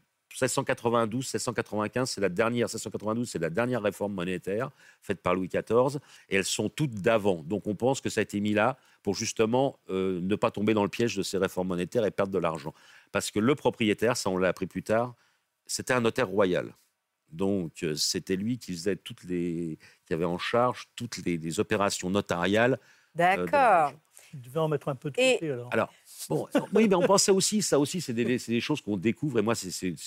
1692, 1695, 1692, c'est la dernière réforme monétaire faite par Louis XIV, et elles sont toutes d'avant. Donc on pense que ça a été mis là pour justement ne pas tomber dans le piège de ces réformes monétaires et perdre de l'argent. Parce que le propriétaire, ça on l'a appris plus tard, c'était un notaire royal. Donc c'était lui qui avait en charge toutes les opérations notariales. D'accord. Tu devais en mettre un peu de Et- côté, alors. Alors, bon, oui, mais on pensait aussi, ça aussi, c'est des choses qu'on découvre. Et moi,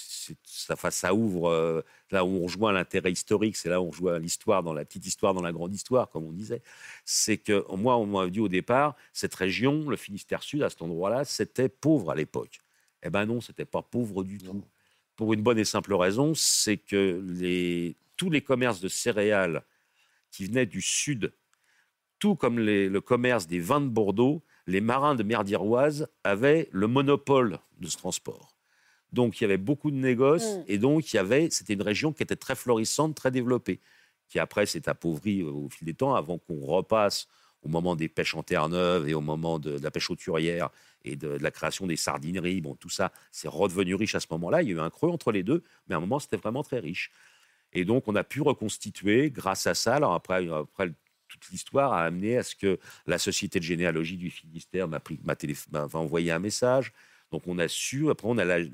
ça ouvre, là où on rejoint l'intérêt historique, c'est là où on rejoint l'histoire, dans la petite histoire, dans la grande histoire, comme on disait. C'est que, moi, on m'a dit au départ, cette région, le Finistère Sud, à cet endroit-là, c'était pauvre à l'époque. Eh bien non, c'était pas pauvre du tout. Pour une bonne et simple raison, c'est que tous les commerces de céréales qui venaient du Sud, tout comme le commerce des vins de Bordeaux, les marins de mer d'Iroise avaient le monopole de ce transport. Donc, il y avait beaucoup de négoces et donc, c'était une région qui était très florissante, très développée, qui après s'est appauvrie au fil des temps avant qu'on repasse au moment des pêches en Terre-Neuve et au moment de la pêche hauturière et de la création des sardineries. Bon, tout ça, c'est redevenu riche à ce moment-là. Il y a eu un creux entre les deux, mais à un moment, c'était vraiment très riche. Et donc, on a pu reconstituer grâce à ça. Alors après toute l'histoire a amené à ce que la Société de généalogie du Finistère m'a envoyé un message. Donc on a su, après tout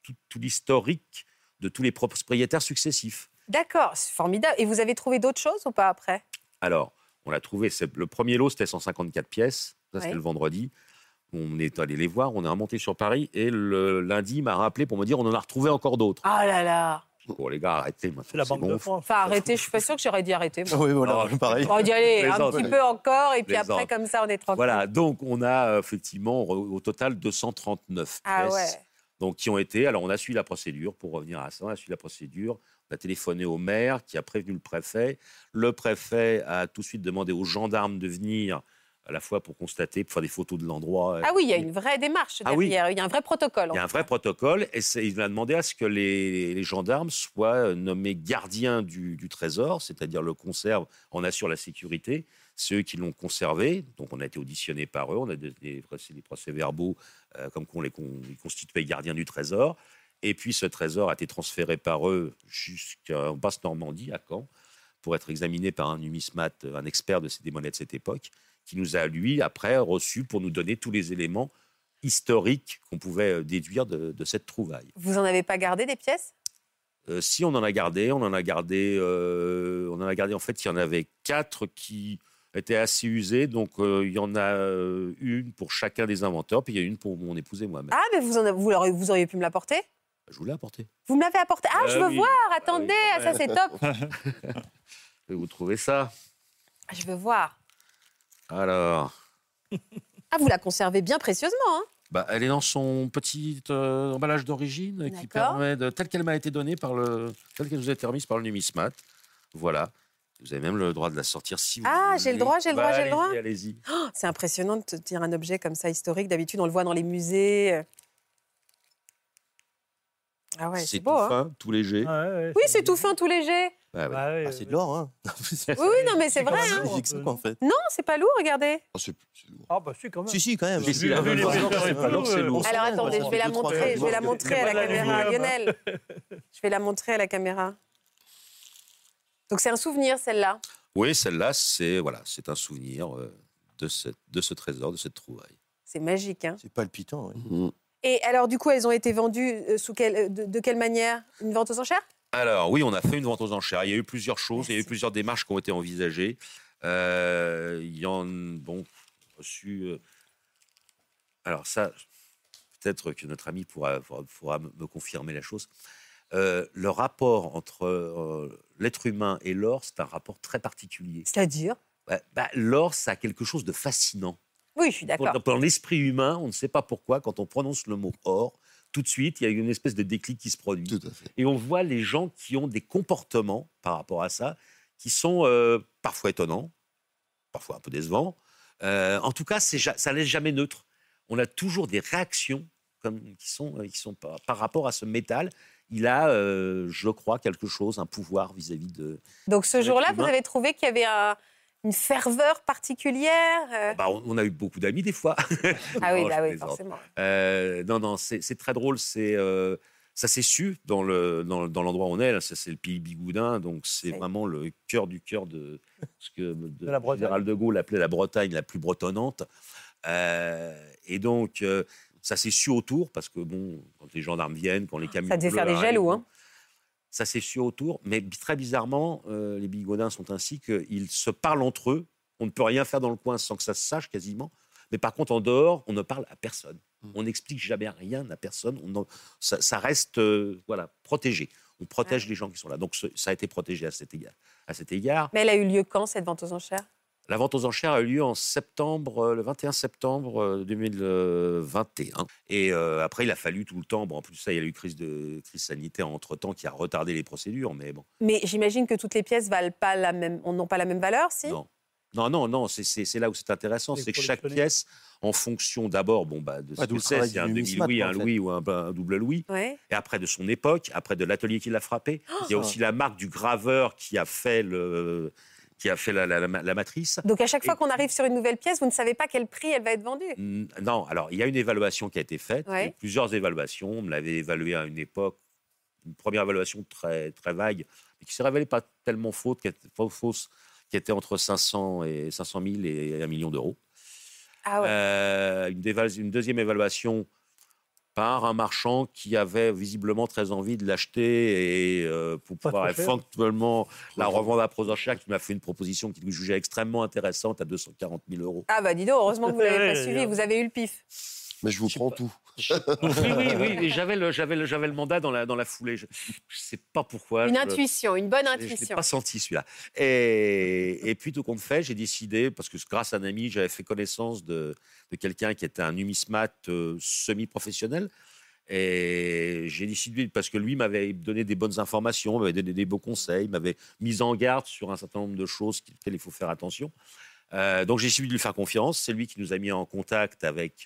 tout l'historique de tous les propriétaires successifs. D'accord, c'est formidable. Et vous avez trouvé d'autres choses ou pas après? Alors, on l'a trouvé, le premier lot, c'était 154 pièces. Ça, c'était Oui. le vendredi. On est allé les voir, on est remonté sur Paris. Et le lundi, il m'a rappelé pour me dire on en a retrouvé encore d'autres. Oh là là. Bon, les gars, arrêtez maintenant. C'est la Banque de bon. France. Enfin, arrêtez, je suis pas sûre que j'aurais dit arrêter. moi. Oui, voilà, pareil. J'aurais dit allez, un Plaisante. petit peu encore, et puis Plaisante. après, comme ça, on est tranquille. Voilà, donc on a effectivement au total 239 Ah pièces. ouais. Donc, qui ont été. Alors, on a suivi la procédure, pour revenir à ça, on a suivi la procédure. On a téléphoné au maire qui a prévenu le préfet. Le préfet a tout de suite demandé aux gendarmes de venir, à la fois pour constater, pour faire des photos de l'endroit. Ah oui, il y a une vraie démarche Ah oui. derrière. Il y a un vrai protocole. Il y a un vrai protocole et il a demandé à ce que les gendarmes soient nommés gardiens du trésor, c'est-à-dire le conservent, en assurent la sécurité. C'est eux qui l'ont conservé, donc on a été auditionnés par eux, on a des procès-verbaux comme qu'on les constituait gardiens du trésor. Et puis ce trésor a été transféré par eux jusqu'en Basse-Normandie, à Caen, pour être examiné par un numismate, un expert des monnaies de cette époque, qui nous a, lui, après, reçu pour nous donner tous les éléments historiques qu'on pouvait déduire de cette trouvaille. Vous en avez pas gardé des pièces? Si, on en a gardé. En fait, il y en avait 4 qui étaient assez usées. Donc, il y en a une pour chacun des inventeurs, puis il y a une pour mon épouse et moi-même. Ah, mais vous auriez pu me l'apporter? Je vous l'ai apporté. Vous me l'avez apporté? Ah, je veux oui. voir, attendez, oui, ça c'est top. Je vais vous trouver ça. Je veux voir. Alors, Ah, vous la conservez bien précieusement, hein? elle est dans son petit emballage d'origine qui D'accord. permet telle qu'elle m'a été donnée telle qu'elle nous a été remise par le numismate. Voilà. Vous avez même le droit de la sortir si vous Ah, voulez. j'ai le droit, j'ai le droit, j'ai le droit. Allez-y. Oh, c'est impressionnant de tenir un objet comme ça historique. D'habitude, on le voit dans les musées. Ah ouais, c'est beau, tout hein? fin, tout léger. Oui, c'est tout fin, tout léger. Ouais, ouais. Ah, c'est de l'or, hein. Oui, oui, non, mais c'est vrai, C'est hein? magique, ça, quoi, en fait. Non, c'est pas lourd, regardez. Ah, c'est lourd. Ah, bah si, quand même. Si, quand même. Mais si, la vu les valeur, mesures, c'est pas lourd, c'est lourd. Alors attendez, je vais la Deux, trois montrer, grammes. je vais la montrer à la C'est pas caméra. l'aluminium, hein. Lionel, je vais la montrer à la caméra. Donc c'est un souvenir, celle-là. Oui, celle-là, c'est un souvenir de ce trésor, de cette trouvaille. C'est magique, hein? C'est palpitant, ouais. Mmh. Et alors, du coup, elles ont été vendues de quelle manière? Une vente aux enchères? Alors oui, on a fait une vente aux enchères. Il y a eu plusieurs choses, il y a eu plusieurs démarches qui ont été envisagées. Il y en reçu. Alors ça, peut-être que notre ami pourra me confirmer la chose. Le rapport entre l'être humain et l'or, c'est un rapport très particulier. C'est-à-dire? L'or, ça a quelque chose de fascinant. Oui, je suis d'accord. Dans l'esprit humain, on ne sait pas pourquoi, quand on prononce le mot or, tout de suite, il y a une espèce de déclic qui se produit. Tout à fait. Et on voit les gens qui ont des comportements par rapport à ça, qui sont parfois étonnants, parfois un peu décevants. En tout cas, ça n'est jamais neutre. On a toujours des réactions qui sont par rapport à ce métal. Il a, je crois, quelque chose, un pouvoir vis-à-vis de... Donc ce l'être jour-là, vous humain. avez trouvé qu'il y avait une ferveur particulière On a eu beaucoup d'amis des fois. Ah oui, Non, je bah oui, plaisante. forcément. Non, c'est très drôle. Ça s'est su dans l'endroit où on est. Là, ça, c'est le pays bigoudin, donc c'est Oui. vraiment le cœur du cœur de ce que la Bretagne. général de Gaulle appelait la Bretagne la plus bretonnante. Et donc, ça s'est su autour, parce que bon, quand les gendarmes viennent, quand les camions Ça devait bleus faire des arrivent, jaloux, hein. Ça s'est su autour, mais très bizarrement, les bigoudins sont ainsi qu'ils se parlent entre eux. On ne peut rien faire dans le coin sans que ça se sache quasiment. Mais par contre, en dehors, on ne parle à personne. On n'explique jamais rien à personne. Ça reste protégé. On protège les gens qui sont là. Donc ça a été protégé à cet égard. Mais elle a eu lieu quand, cette vente aux enchères? La vente aux enchères a eu lieu le 21 septembre 2021. Et après, il a fallu tout le temps. Bon, en plus de ça, il y a eu crise sanitaire entre-temps qui a retardé les procédures. Mais bon. Mais j'imagine que toutes les pièces n'ont pas la même valeur, si? Non, c'est là où c'est intéressant. Les C'est que chaque collectionneurs. pièce, en fonction d'abord de ce d'où que le c'est, travail s'il y a un du numismate, demi-louis, quoi, un en fait. louis ou un double louis, Ouais. et après de son époque, après de l'atelier qui l'a frappé. Il y a aussi la marque du graveur qui a fait la matrice. Donc à chaque fois qu'on arrive sur une nouvelle pièce, vous ne savez pas quel prix elle va être vendue? Non, alors il y a une évaluation qui a été faite, Ouais. il y a plusieurs évaluations. On l'avait évaluée à une époque, une première évaluation très, très vague, mais qui ne s'est révélée pas tellement fausse, qui était entre 500 000 et 1 million d'euros. Ah ouais. Une deuxième évaluation par un marchand qui avait visiblement très envie de l'acheter et pour pouvoir éventuellement la revendre à prix aux enchères, qui m'a fait une proposition qu'il jugeait extrêmement intéressante à 240 000 euros. Ah bah dis donc, heureusement que vous ne l'avez pas suivi, vous avez eu le pif. Mais je vous prends tout. Oui, et j'avais le mandat dans la foulée. Je ne sais pas pourquoi. Une intuition, une bonne intuition. Je ne l'ai pas senti, celui-là. Et puis, tout compte fait, j'ai décidé, parce que grâce à un ami, j'avais fait connaissance de quelqu'un qui était un numismate semi-professionnel. Et j'ai décidé, parce que lui m'avait donné des bonnes informations, m'avait donné des beaux conseils, m'avait mis en garde sur un certain nombre de choses auxquelles il faut faire attention. Donc j'ai décidé de lui faire confiance. C'est lui qui nous a mis en contact avec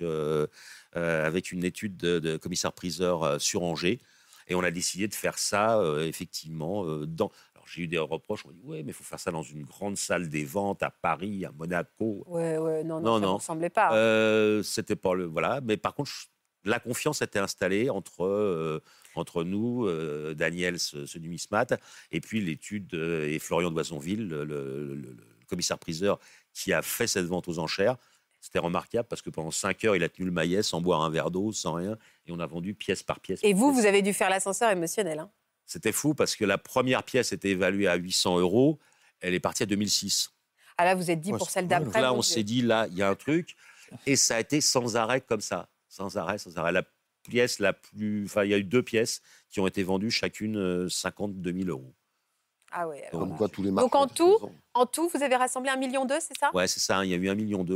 une étude de commissaire-priseur sur Angers. Et on a décidé de faire ça, effectivement, Alors j'ai eu des reproches, on m'a dit « Ouais, mais il faut faire ça dans une grande salle des ventes à Paris, à Monaco. » Non, ça ne ressemblait pas. C'était pas le... Voilà. Mais par contre, la confiance était installée entre nous, Daniel, ce numismate, et puis l'étude, et Florian de Boissonville, le commissaire-priseur, qui a fait cette vente aux enchères. C'était remarquable parce que pendant 5 heures, il a tenu le maillet sans boire un verre d'eau, sans rien. Et on a vendu pièce par pièce. Et vous avez dû faire l'ascenseur émotionnel. Hein. C'était fou parce que la première pièce était évaluée à 800 €. Elle est partie à 2006. Ah là, vous êtes dit pour celle d'après. Donc là, on s'est dit, là, il y a un truc. Et ça a été sans arrêt comme ça. Sans arrêt. La pièce la plus... Enfin, il y a eu 2 pièces qui ont été vendues chacune 52 000 €. Ah ouais. Comme quoi, tous les marchands. Donc en tout, vous avez rassemblé 1,2 million, c'est ça? Ouais, c'est ça. Il y a eu 1,2 million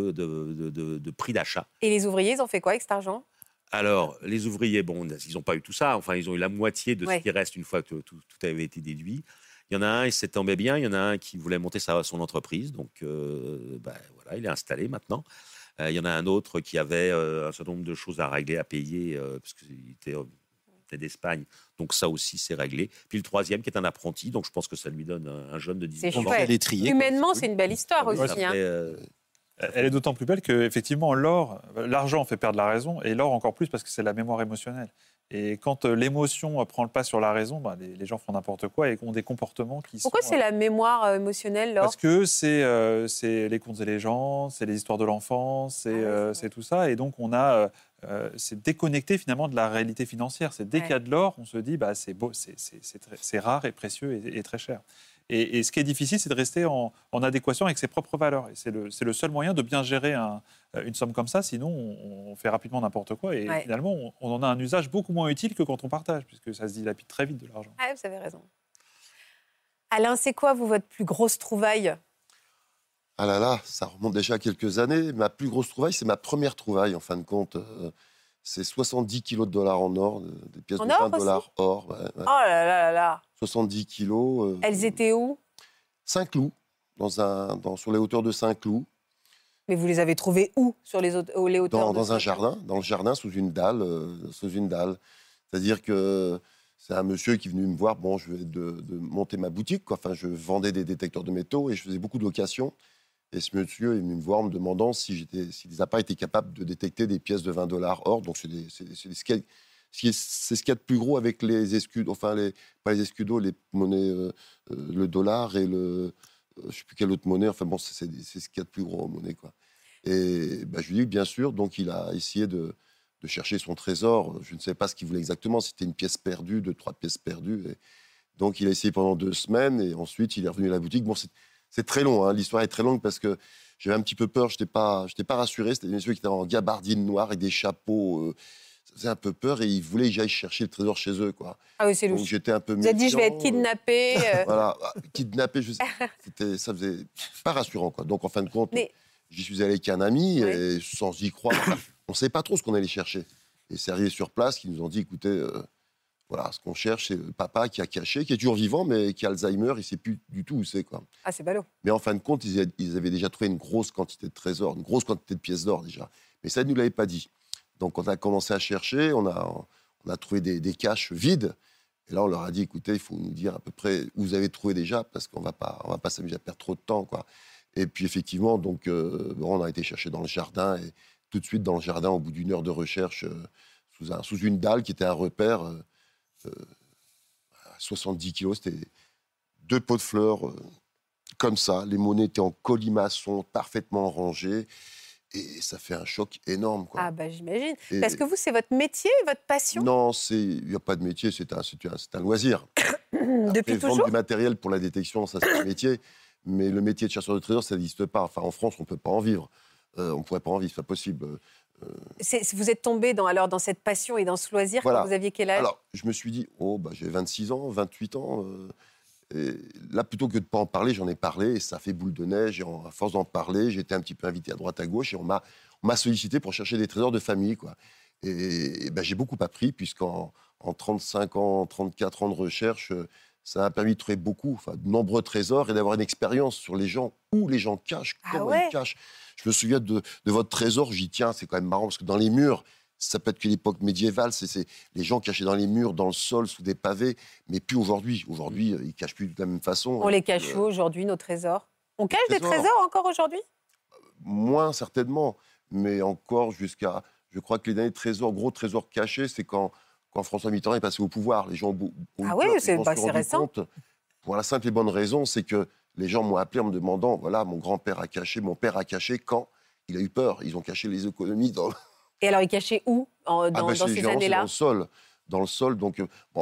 de prix d'achat. Et les ouvriers, ils ont fait quoi avec cet argent? Alors, les ouvriers, bon, ils n'ont pas eu tout ça. Enfin, ils ont eu la moitié de ce qui reste une fois que tout avait été déduit. Il y en a un, il s'est tombé bien. Il y en a un qui voulait monter son entreprise. Donc, voilà, il est installé maintenant. Il y en a un autre qui avait un certain nombre de choses à régler, à payer, parce qu'il était d'Espagne. Donc ça aussi, c'est réglé. Puis le troisième, qui est un apprenti. Donc je pense que ça lui donne un jeune de 18 ans. C'est chouette. Humainement, c'est une belle histoire aussi. Elle est d'autant plus belle qu'effectivement, l'argent fait perdre la raison, et l'or encore plus parce que c'est la mémoire émotionnelle. Et quand l'émotion prend le pas sur la raison, les gens font n'importe quoi et ont des comportements qui Pourquoi c'est la mémoire émotionnelle, l'or? Parce que c'est les contes et légendes, c'est les histoires de l'enfance, c'est tout ça. Et donc, c'est déconnecté finalement de la réalité financière. C'est dès qu'il y a de l'or, on se dit c'est beau, c'est rare et précieux et très cher. Et ce qui est difficile, c'est de rester en adéquation avec ses propres valeurs. Et c'est le seul moyen de bien gérer une somme comme ça. Sinon, on fait rapidement n'importe quoi. Et finalement, on en a un usage beaucoup moins utile que quand on partage, puisque ça se dilapide très vite de l'argent. Ah, vous avez raison. Alain, c'est quoi, votre plus grosse trouvaille? Ah là là, ça remonte déjà à quelques années. Ma plus grosse trouvaille, c'est ma première trouvaille, en fin de compte. C'est 70 kilos de dollars en or, des pièces de 20 dollars or. Ouais. Oh là là là 70 kilos. Elles étaient où? Saint-Cloud, sur les hauteurs de Saint-Cloud. Mais vous les avez trouvées où, sur les hauteurs dans un jardin, dans le jardin, sous une dalle. C'est-à-dire que c'est un monsieur qui est venu me voir. Bon, je venais de monter ma boutique, quoi. Enfin, je vendais des détecteurs de métaux et je faisais beaucoup de locations. Et ce monsieur est venu me voir en me demandant si les appareils étaient capables de détecter des pièces de 20 dollars or. Donc, c'est ce qu'il y a de plus gros avec les escudos, enfin, pas les escudos, les monnaies, le dollar et je ne sais plus quelle autre monnaie. Enfin, bon, c'est ce qu'il y a de plus gros en monnaie, quoi. Et je lui ai dit, bien sûr. Donc, il a essayé de chercher son trésor. Je ne sais pas ce qu'il voulait exactement. C'était une pièce perdue, 2-3 pièces perdues. Et donc, il a essayé pendant 2 semaines. Et ensuite, il est revenu à la boutique. Bon, c'est très long, hein. L'histoire est très longue parce que j'avais un petit peu peur, je n'étais pas rassuré. C'était des messieurs qui étaient en gabardine noire et des chapeaux. Ça faisait un peu peur et ils voulaient que j'aille chercher le trésor chez eux, quoi. Ah oui, c'est louche. Donc j'étais un peu méfiant. Vous avez dit, je vais être kidnappé. Voilà, kidnappé, ça faisait pas rassurant, quoi. Donc en fin de compte, j'y suis allé avec un ami et sans y croire, on ne savait pas trop ce qu'on allait chercher. Et c'est arrivé sur place qu'ils nous ont dit, écoutez... Voilà, ce qu'on cherche, c'est le papa qui a caché, qui est toujours vivant, mais qui a Alzheimer, il ne sait plus du tout où c'est, quoi. Ah, c'est ballot. Mais en fin de compte, ils avaient déjà trouvé une grosse quantité de trésors, une grosse quantité de pièces d'or, déjà. Mais ça, ils ne nous l'avaient pas dit. Donc, on a commencé à chercher, on a trouvé des caches vides. Et là, on leur a dit, écoutez, il faut nous dire à peu près où vous avez trouvé déjà, parce qu'on ne va pas s'amuser à perdre trop de temps, quoi. Et puis, effectivement, donc, on a été chercher dans le jardin, et tout de suite, dans le jardin, au bout d'1 heure de recherche, sous une dalle qui était un repère... 70 kilos, c'était 2 pots de fleurs comme ça. Les monnaies étaient en colimaçon, parfaitement rangées. Et ça fait un choc énorme, quoi. Ah bah j'imagine. Et- Parce que vous, c'est votre métier, votre passion Non, il n'y a pas de métier, c'est un loisir. depuis Après, vendre toujours. du matériel pour la détection, ça c'est un métier. Mais le métier de chasseur de trésors, ça n'existe pas. Enfin, en France, on ne peut pas en vivre. On ne pourrait pas en vivre, c'est pas possible. Vous êtes tombé dans cette passion et dans ce loisir Voilà. quand vous aviez quel âge? Alors, je me suis dit, j'ai 26 ans, 28 ans. Et là, plutôt que de ne pas en parler, j'en ai parlé et ça fait boule de neige. Et à force d'en parler, j'ai été un petit peu invité à droite, à gauche et on m'a sollicité pour chercher des trésors de famille, quoi. Et j'ai beaucoup appris puisqu'en 35 ans, 34 ans de recherche, ça m'a permis de trouver de nombreux trésors et d'avoir une expérience sur les gens, où les gens cachent, comment ils cachent. Je me souviens de votre trésor, j'y tiens, c'est quand même marrant parce que dans les murs, ça peut être que l'époque médiévale, c'est les gens cachaient dans les murs, dans le sol, sous des pavés, mais plus aujourd'hui. Aujourd'hui, ils cachent plus de la même façon. On les cache où aujourd'hui, nos trésors? On cache des trésors encore aujourd'hui? Moins certainement, mais encore jusqu'à... Je crois que les derniers gros trésors cachés, c'est quand François Mitterrand est passé au pouvoir. Les gens ont Ah oui, c'est récent. compte, pour la simple et bonne raison, c'est que les gens m'ont appelé en me demandant, voilà, mon grand-père a caché, mon père a caché, quand il a eu peur. Ils ont caché les économies dans... Et alors, ils cachaient où dans ces années-là? Dans le sol, donc...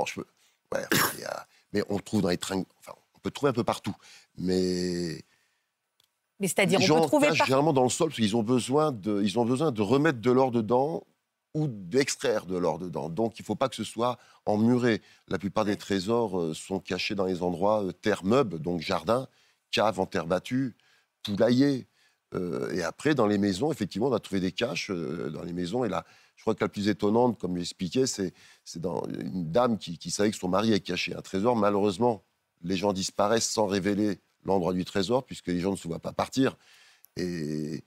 mais on trouve dans les trinques... Enfin, on peut trouver un peu partout, mais... Mais c'est-à-dire, les on peut gens trouver cachent généralement dans le sol parce qu'ils ont besoin de remettre de l'or dedans ou d'extraire de l'or dedans. Donc, il ne faut pas que ce soit emmuré. La plupart des trésors sont cachés dans les endroits terre meuble, donc jardin, cave en terre battue, poulailler. Et après, dans les maisons, effectivement, on a trouvé des caches dans les maisons. Et là, je crois que la plus étonnante, comme j'expliquais, c'est dans une dame qui savait que son mari avait caché un trésor. Malheureusement, les gens disparaissent sans révéler l'endroit du trésor, puisque les gens ne se voient pas partir. Et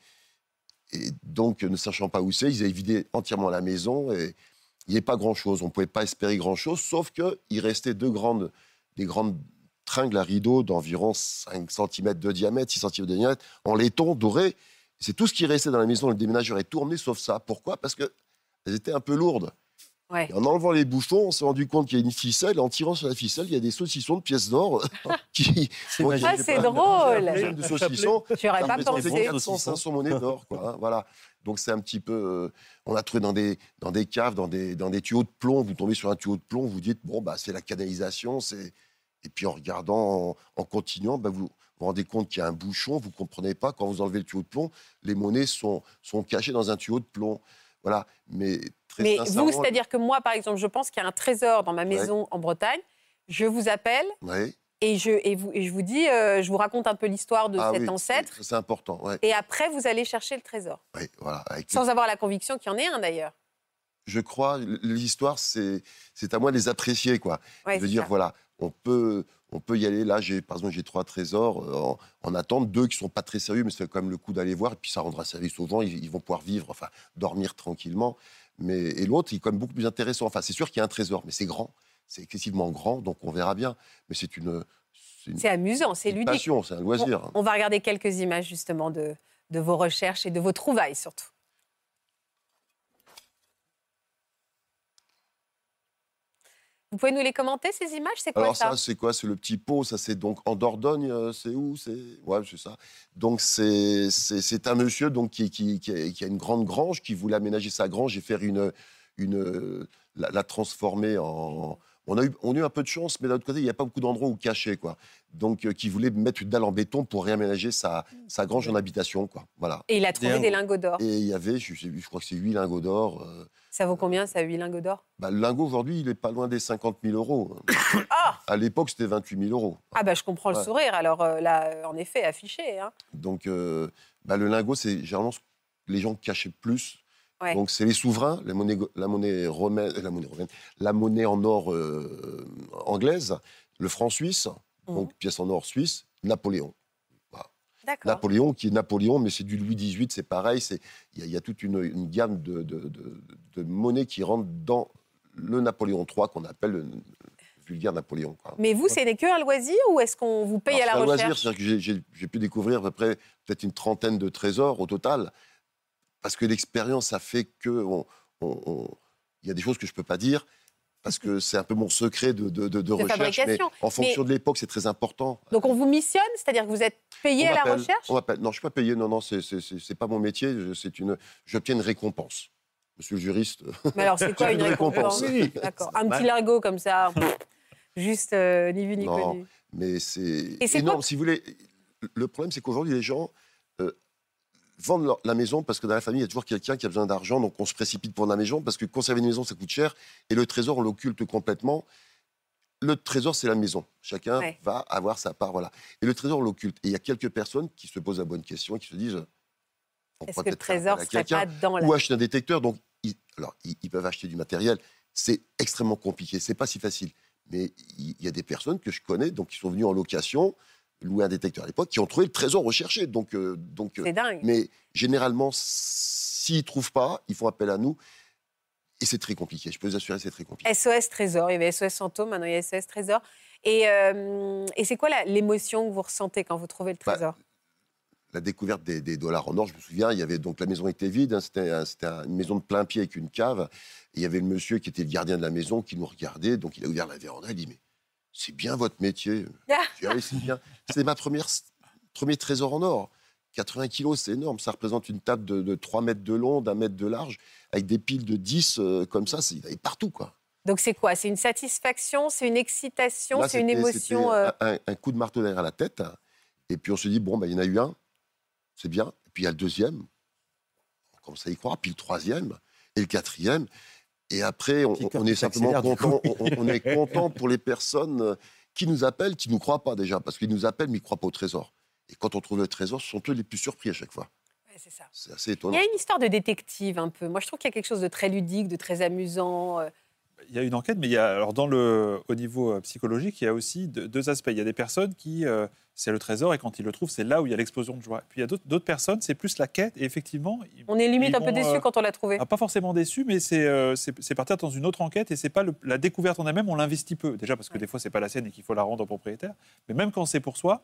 donc, ne sachant pas où c'est, ils avaient vidé entièrement la maison et il n'y avait pas grand-chose. On ne pouvait pas espérer grand-chose, sauf qu'il restait des grandes tringles à rideaux d'environ 5 cm de diamètre, 6 cm de diamètre, en laiton doré. C'est tout ce qui restait dans la maison. Le déménageur est tourné, sauf ça. Pourquoi? Parce qu'elles étaient un peu lourdes. Ouais. Et en enlevant les bouchons, on s'est rendu compte qu'il y a une ficelle. Et en tirant sur la ficelle, il y a des saucissons de pièces d'or. C'est drôle. De saucissons. J'aurais pas pensé. 400, 500 monnaies d'or, quoi. Hein, voilà. Donc c'est un petit peu... on a trouvé dans des caves, dans des tuyaux de plomb. Vous tombez sur un tuyau de plomb, vous dites, c'est la canalisation. Et puis en regardant, en continuant, vous vous rendez compte qu'il y a un bouchon. Vous ne comprenez pas. Quand vous enlevez le tuyau de plomb, les monnaies sont cachées dans un tuyau de plomb. Voilà. Mais vous, c'est-à-dire que moi, par exemple, je pense qu'il y a un trésor dans ma maison en Bretagne. Je vous appelle et je vous dis, je vous raconte un peu l'histoire de cet ancêtre. C'est important. Ouais. Et après, vous allez chercher le trésor. Oui, voilà. Sans avoir la conviction qu'il y en ait un, d'ailleurs. Je crois, l'histoire, c'est à moi de les apprécier, quoi. Ouais, je veux dire, voilà, on peut y aller. Là, par exemple, j'ai 3 trésors en attente, 2 qui ne sont pas très sérieux, mais c'est quand même le coup d'aller voir. Et puis, ça rendra service aux gens. Ils vont pouvoir vivre, dormir tranquillement. Et l'autre, il est quand même beaucoup plus intéressant. Enfin, c'est sûr qu'il y a un trésor, mais c'est grand. C'est excessivement grand, donc on verra bien. Mais c'est amusant, c'est ludique. Passion, c'est un loisir. On va regarder quelques images, justement, de vos recherches et de vos trouvailles, surtout. Vous pouvez nous les commenter, ces images? C'est quoi ça? Alors c'est quoi? C'est le petit pot. Ça, c'est donc en Dordogne. C'est où? Ouais, c'est ça. Donc c'est un monsieur donc qui a une grande grange, qui voulait aménager sa grange et faire la transformer en... On a eu un peu de chance, mais d'un autre côté, il n'y a pas beaucoup d'endroits où cacher, quoi. Donc, qui voulait mettre une dalle en béton pour réaménager sa grange en habitation, quoi. Voilà. Et il a trouvé des lingots d'or. Et il y avait, je crois que c'est 8 lingots d'or. Ça vaut combien, ça, 8 lingots d'or? Le lingot, aujourd'hui, il n'est pas loin des 50 000 euros. À l'époque, c'était 28 000 euros. Ah, je comprends le sourire. Alors là, en effet, affiché. Hein. Donc, le lingot, c'est généralement ce que les gens cachaient plus. Ouais. Donc, c'est les souverains, la monnaie en or anglaise, le franc suisse, donc pièce en or suisse, Napoléon. Voilà. Napoléon, qui est Napoléon, mais c'est du Louis XVIII, c'est pareil. Il y a toute une gamme de monnaies qui rentrent dans le Napoléon III, qu'on appelle le vulgaire Napoléon. Quoi. Mais vous, ce n'est qu'un loisir ou est-ce qu'on vous paye à la recherche? C'est un loisir, c'est-à-dire que j'ai pu découvrir à peu près peut-être une trentaine de trésors au total. Parce que l'expérience a fait que il y a des choses que je ne peux pas dire. parce que c'est un peu mon secret de recherche. Mais fabrication. en fonction de l'époque, c'est très important. Donc on vous missionne, c'est-à-dire que vous êtes payé à la recherche? On m'appelle. Non, je ne suis pas payé. Non, c'est pas mon métier. J'obtiens une récompense. Monsieur le juriste. Mais alors c'est quoi une récompense? D'accord. Un petit largo comme ça, juste ni vu ni connu. Mais c'est énorme. Quoi si vous voulez, le problème, c'est qu'aujourd'hui, les gens vendent la maison parce que dans la famille, il y a toujours quelqu'un qui a besoin d'argent, donc on se précipite pour la maison parce que conserver une maison, ça coûte cher. Et le trésor, on l'occulte complètement. Le trésor, c'est la maison. Chacun va avoir sa part, voilà. Et le trésor, on l'occulte. Et il y a quelques personnes qui se posent la bonne question et qui se disent est-ce que le trésor ne serait pas dans la... Ou acheter un détecteur. Donc, ils peuvent acheter du matériel. C'est extrêmement compliqué. C'est pas si facile. Mais il y a des personnes que je connais, donc qui sont venues en location, louer un détecteur à l'époque, qui ont trouvé le trésor recherché. C'est dingue. Mais généralement, s'ils ne trouvent pas, ils font appel à nous. Et c'est très compliqué. Je peux vous assurer, c'est très compliqué. SOS Trésor. Il y avait SOS Fantôme, maintenant il y a SOS Trésor. Et c'est quoi l'émotion que vous ressentez quand vous trouvez le trésor? La découverte des dollars en or, je me souviens, il y avait donc la maison était vide, hein, c'était une maison de plein pied avec une cave. Et il y avait le monsieur qui était le gardien de la maison qui nous regardait, donc il a ouvert la véranda, il dit mais c'est bien votre métier. J'ai dit, ah oui, c'est bien. C'était ma premier trésor en or. 80 kilos, c'est énorme. Ça représente une table de 3 mètres de long, d'1 mètre de large, avec des piles de 10 comme ça. Il y avait partout, quoi. Donc c'est quoi? C'est une satisfaction, c'est une excitation, c'est une émotion un coup de marteau derrière la tête. Et puis on se dit, bon, il y en a eu un, c'est bien. Et puis il y a le deuxième, on commence à y croire. Puis le troisième, et le quatrième. Et après, on est simplement content. On est content pour les personnes qui nous appellent, qui ne nous croient pas déjà. Parce qu'ils nous appellent, mais ils ne croient pas au trésor. Et quand on trouve le trésor, ce sont eux les plus surpris à chaque fois. Ouais, c'est ça. C'est assez étonnant. Il y a une histoire de détective un peu. Moi, je trouve qu'il y a quelque chose de très ludique, de très amusant. Il y a une enquête, mais il y a, alors au niveau psychologique, il y a aussi deux aspects. Il y a des personnes qui, c'est le trésor, et quand ils le trouvent, c'est là où il y a l'explosion de joie. Puis il y a d'autres personnes, c'est plus la quête, et effectivement... On est limite un peu déçu quand on l'a trouvé. Pas forcément déçu, mais c'est partir dans une autre enquête, et c'est pas la découverte en elle-même, on l'investit peu. Déjà parce que des fois, c'est pas la sienne et qu'il faut la rendre au propriétaire. Mais même quand c'est pour soi,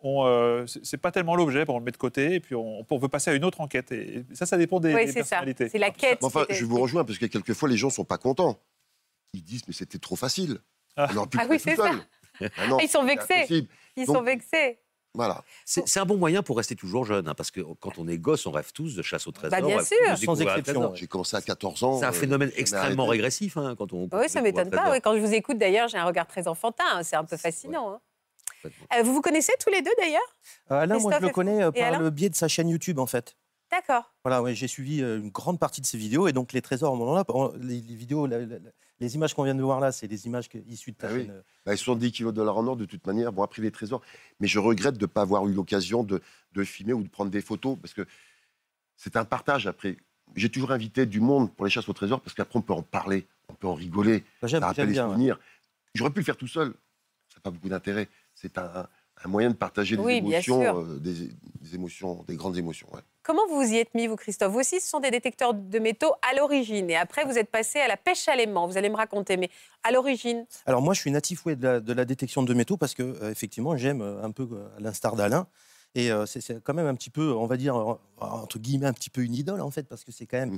c'est pas tellement l'objet, on le met de côté, et puis on veut passer à une autre enquête. Et ça dépend des personnalités. C'est la quête. Enfin, je vous rejoins, parce que quelquefois, les gens sont pas contents. Ils disent, mais c'était trop facile. Alors, oui, c'est ça. Non, ils sont vexés. Sont vexés. Voilà. C'est un bon moyen pour rester toujours jeune, hein, parce que quand on est gosse, on rêve tous de chasse au trésor. Bien sûr. Sans exception. J'ai commencé à 14 ans. C'est un phénomène extrêmement régressif. Hein, quand on oui, ça ne m'étonne pas. Oui. Quand je vous écoute, d'ailleurs, j'ai un regard très enfantin. C'est un peu fascinant. Ouais. Hein. Vous vous connaissez tous les deux, d'ailleurs? Là, moi, je le connais par le biais de sa chaîne YouTube, en fait. D'accord. Voilà, ouais, j'ai suivi une grande partie de ses vidéos, et donc les trésors, au moment-là, les vidéos, les images qu'on vient de voir là, c'est des images issues de ta chaîne. Oui. 70 kilos de dollars en or, de toute manière. Bon, après les trésors. Mais je regrette de ne pas avoir eu l'occasion de filmer ou de prendre des photos, parce que c'est un partage après. J'ai toujours invité du monde pour les chasses au trésor, parce qu'après, on peut en parler, on peut en rigoler. Ça rappelle les souvenirs. J'aurais pu le faire tout seul. Ça n'a pas beaucoup d'intérêt. C'est un moyen de partager des émotions, des émotions, des grandes émotions. Ouais. Comment vous y êtes mis, vous, Christophe? Vous aussi, ce sont des détecteurs de métaux à l'origine. Et après, vous êtes passé à la pêche à l'aimant. Vous allez me raconter, mais à l'origine... Alors moi, je suis natif de la détection de métaux parce que, effectivement, j'aime un peu à l'instar d'Alain. Et c'est quand même un petit peu, on va dire, entre guillemets, un petit peu une idole, en fait, parce que c'est quand même...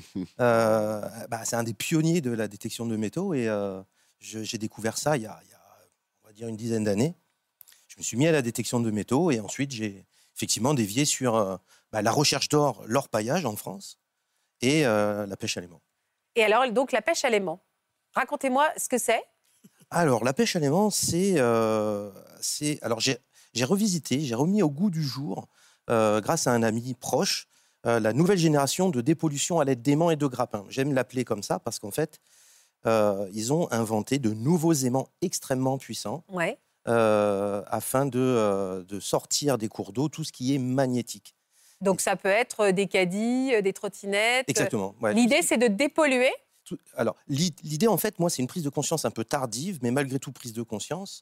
c'est un des pionniers de la détection de métaux. Et j'ai découvert ça il y a, on va dire, une dizaine d'années. Je me suis mis à la détection de métaux et ensuite, j'ai effectivement dévié sur la recherche d'or, l'orpaillage en France et la pêche à l'aimant. Et alors, donc, la pêche à l'aimant, racontez-moi ce que c'est. Alors, la pêche à l'aimant, alors, j'ai revisité, j'ai remis au goût du jour, grâce à un ami proche, la nouvelle génération de dépollution à l'aide d'aimants et de grappins. J'aime l'appeler comme ça parce qu'en fait, ils ont inventé de nouveaux aimants extrêmement puissants. Ouais. Afin de sortir des cours d'eau tout ce qui est magnétique. Donc ça peut être des caddies, des trottinettes. Exactement. Ouais. L'idée, c'est de dépolluer. Alors, l'idée, en fait, moi, c'est une prise de conscience un peu tardive, mais malgré tout prise de conscience,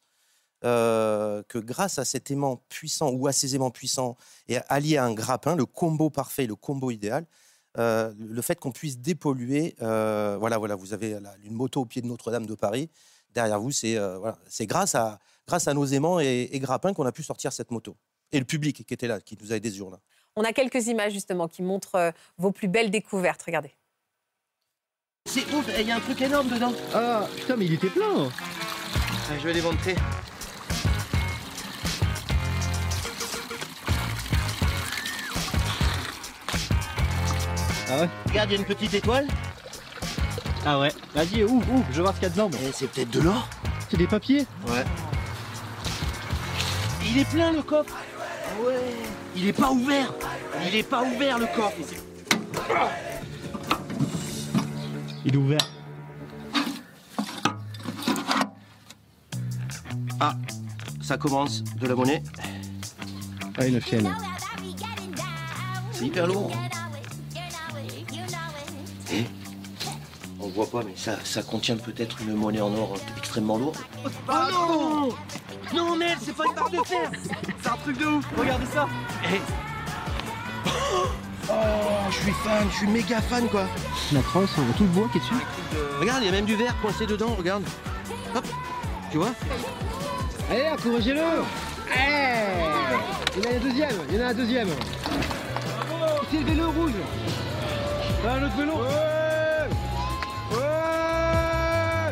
que grâce à cet aimant puissant ou à ces aimants puissants et allié à un grappin, le combo parfait, le combo idéal, le fait qu'on puisse dépolluer, voilà, vous avez une moto au pied de Notre-Dame de Paris. Derrière vous, c'est grâce à nos aimants et grappins qu'on a pu sortir cette moto. Et le public qui était là, qui nous a aidés ce jour-là. On a quelques images, justement, qui montrent vos plus belles découvertes. Regardez. c'est ouf, il y a un truc énorme dedans. Ah, putain, mais il était plein. Ah, je vais les montrer. Ah ouais? Regarde, il y a une petite étoile. Ah ouais. Vas-y, ouvre, je vais voir ce qu'il y a dedans. Eh, c'est peut-être de l'or. C'est des papiers? Ouais. Il est plein le coffre. Ah ouais. Il est pas ouvert. Il est pas ouvert le coffre. Il est ouvert. Ah, ça commence. De la monnaie. Ah, une chaîne. C'est hyper lourd. Et on voit pas, mais ça contient peut-être une monnaie en or extrêmement lourde. Oh non! Non, merde, c'est pas une barre de fer! C'est un truc de ouf. Regardez ça. Eh. Oh, je suis fan, je suis méga fan, quoi. La crosse, on a tout le bois qui est dessus. Regarde, il y a même du verre coincé dedans, regarde. Hop, tu vois? Allez, encouragez-le. Allez. Il y en a un deuxième, il y en a un deuxième. C'est le vélo rouge. Un autre vélo. Ouais. Ouais.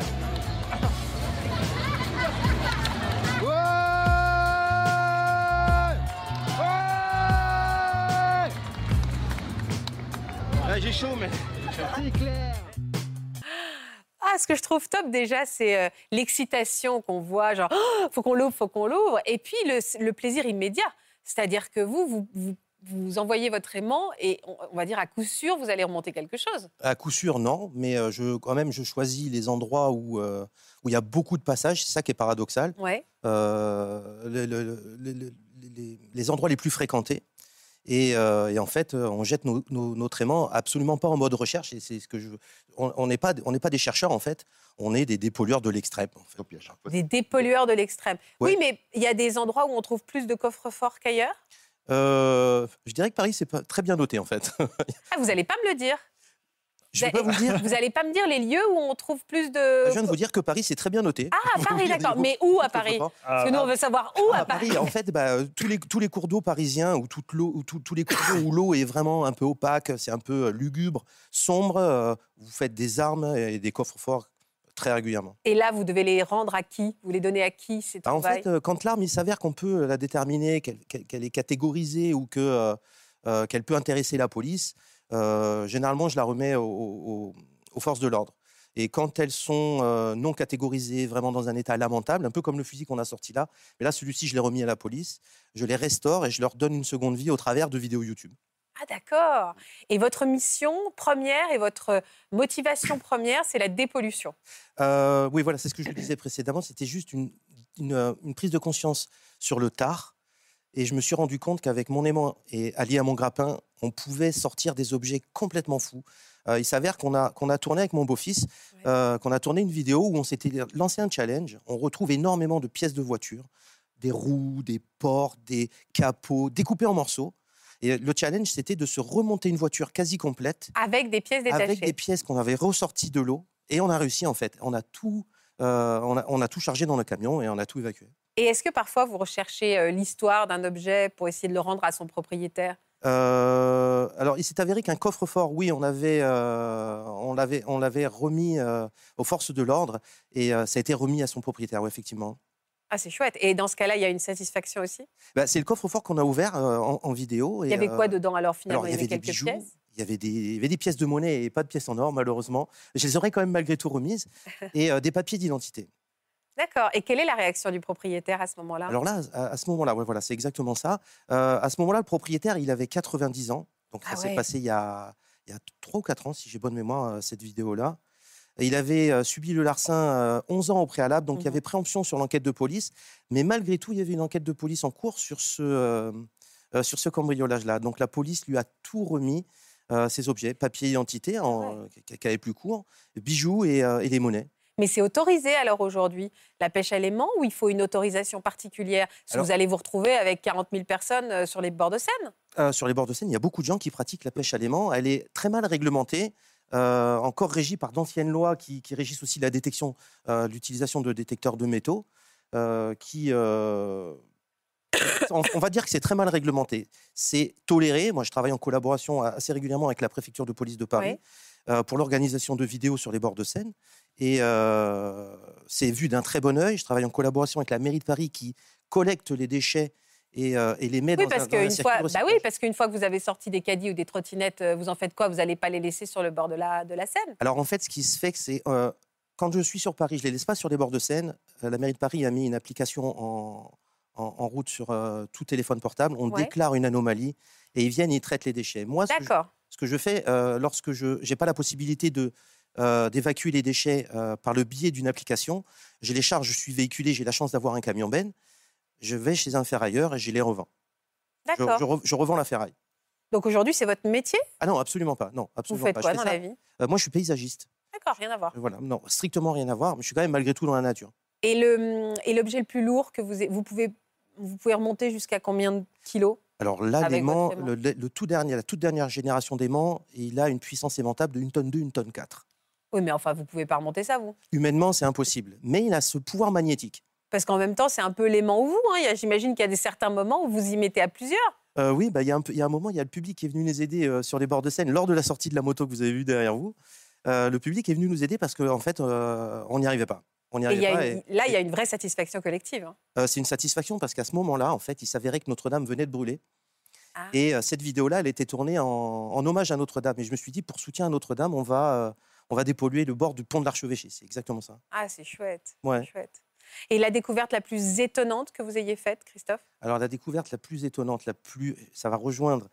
Ah, j'ai chaud, mais... C'est clair. Ah, ce que je trouve top déjà, c'est l'excitation qu'on voit, genre oh, faut qu'on l'ouvre, et puis le plaisir immédiat. C'est-à-dire que vous envoyez votre aimant et on va dire à coup sûr, vous allez remonter quelque chose. À coup sûr, non, mais quand même, je choisis les endroits où il y a beaucoup de passages, c'est ça qui est paradoxal. Ouais. Les endroits les plus fréquentés. Et en fait, on jette notre aimant absolument pas en mode recherche. Et c'est ce que on n'est pas des chercheurs, en fait. On est des dépollueurs de l'extrême. En fait. Des dépollueurs de l'extrême. Ouais. Oui, mais il y a des endroits où on trouve plus de coffres-forts qu'ailleurs. Je dirais que Paris, c'est pas très bien noté, en fait. Ah, vous n'allez pas me le dire. Je ne vais pas vous le dire. Vous n'allez pas me dire les lieux où on trouve plus de... Je viens de vous dire que Paris, c'est très bien noté. Ah, Paris, d'accord. Mais où à Paris? Parce que nous, on veut savoir où à Paris. En fait, tous les cours d'eau parisiens, ou tous les cours d'eau où l'eau est vraiment un peu opaque, c'est un peu lugubre, sombre, vous faites des armes et des coffres forts très régulièrement. Et là, vous devez les rendre à qui? Vous les donnez à qui, ces En trouvailles? fait, quand l'arme, il s'avère qu'on peut la déterminer, qu'elle est catégorisée ou qu'elle peut intéresser la police, généralement, je la remets aux forces de l'ordre. Et quand elles sont non catégorisées, vraiment dans un état lamentable, un peu comme le fusil qu'on a sorti là, mais là, celui-ci, je l'ai remis à la police, je les restaure et je leur donne une seconde vie au travers de vidéos YouTube. Ah, d'accord. Et votre mission première et votre motivation première, c'est la dépollution. Oui, voilà, c'est ce que je disais précédemment, c'était juste une prise de conscience sur le tard. Et je me suis rendu compte qu'avec mon aimant et allié à mon grappin, on pouvait sortir des objets complètement fous. Il s'avère qu'on a tourné avec mon beau-fils, qu'on a tourné une vidéo où on s'était lancé un challenge. On retrouve énormément de pièces de voiture, des roues, des portes, des capots, découpés en morceaux. Et le challenge, c'était de se remonter une voiture quasi complète. Avec des pièces détachées. Avec des pièces qu'on avait ressorties de l'eau. Et on a réussi, en fait. On a tout chargé dans le camion et on a tout évacué. Et est-ce que parfois vous recherchez l'histoire d'un objet pour essayer de le rendre à son propriétaire? Alors, il s'est avéré qu'un coffre-fort, oui, on l'avait remis aux forces de l'ordre et ça a été remis à son propriétaire, oui, effectivement. Ah, c'est chouette. Et dans ce cas-là, il y a une satisfaction aussi? C'est le coffre-fort qu'on a ouvert en vidéo. Il y avait quoi dedans alors finalement? Il y avait des quelques bijoux, pièces? il y avait des pièces de monnaie et pas de pièces en or, malheureusement. Je les aurais quand même malgré tout remises. Et des papiers d'identité. D'accord. Et quelle est la réaction du propriétaire à ce moment-là? Alors là, à ce moment-là, ouais, voilà, c'est exactement ça. À ce moment-là, le propriétaire, il avait 90 ans. Donc ça s'est passé il y a 3 ou 4 ans, si j'ai bonne mémoire, cette vidéo-là. Et il avait subi le larcin 11 ans au préalable, donc il y avait préemption sur l'enquête de police. Mais malgré tout, il y avait une enquête de police en cours sur ce cambriolage-là. Donc la police lui a tout remis, ses objets, papier identité, qui avait plus court, bijoux et les monnaies. Mais c'est autorisé alors aujourd'hui, la pêche à l'aimant, ou il faut une autorisation particulière? Parce que vous allez vous retrouver avec 40 000 personnes sur les bords de Seine. Sur les bords de Seine, il y a beaucoup de gens qui pratiquent la pêche à l'aimant. Elle est très mal réglementée, encore régie par d'anciennes lois qui régissent aussi la détection, l'utilisation de détecteurs de métaux, qui on va dire que c'est très mal réglementé. C'est toléré. Moi, je travaille en collaboration assez régulièrement avec la préfecture de police de Paris pour l'organisation de vidéos sur les bords de Seine. Et c'est vu d'un très bon œil. Je travaille en collaboration avec la mairie de Paris qui collecte les déchets et les met dans un circuit de recyclage. Oui, parce qu'une fois que vous avez sorti des caddies ou des trottinettes, vous en faites quoi? Vous n'allez pas les laisser sur le bord de la Seine? Alors en fait, ce qui se fait, c'est quand je suis sur Paris, je ne les laisse pas sur les bords de Seine. La mairie de Paris a mis une application en route sur tout téléphone portable. On déclare une anomalie et ils viennent, ils traitent les déchets. Moi, ce que je fais, lorsque je n'ai pas la possibilité d'évacuer les déchets par le biais d'une application, je les charge, je suis véhiculé, j'ai la chance d'avoir un camion benne. Je vais chez un ferrailleur et je les revends. D'accord. Je revends la ferraille. Donc aujourd'hui, c'est votre métier? Ah non, absolument pas. Non, absolument vous faites pas. quoi dans la vie? Moi, je suis paysagiste. D'accord, rien à voir. Voilà, non, strictement rien à voir, mais je suis quand même malgré tout dans la nature. Et l'objet le plus lourd que vous pouvez remonter jusqu'à combien de kilos? Alors là, l'aimant, la toute dernière génération d'aimants, il a une puissance aimantable de 1,2 tonne, 1,4 tonne. Oui, mais enfin, vous ne pouvez pas remonter ça, vous? Humainement, c'est impossible. Mais il a ce pouvoir magnétique. Parce qu'en même temps, c'est un peu l'aimant ou vous. J'imagine qu'il y a certains moments où vous y mettez à plusieurs. Oui, il y a un moment, il y a le public qui est venu nous aider sur les bords de Seine lors de la sortie de la moto que vous avez vue derrière vous. Le public est venu nous aider parce qu'en fait, on n'y arrivait pas. Là, il y a une vraie satisfaction collective. C'est une satisfaction parce qu'à ce moment-là, en fait, il s'avérait que Notre-Dame venait de brûler. Ah. Et cette vidéo-là, elle était tournée en hommage à Notre-Dame. Et je me suis dit, pour soutien à Notre-Dame, on va dépolluer le bord du pont de l'Archevêché. C'est exactement ça. Ah, c'est chouette. Ouais. C'est chouette. Et la découverte la plus étonnante que vous ayez faite, Christophe? Alors, la découverte la plus étonnante, ça va rejoindre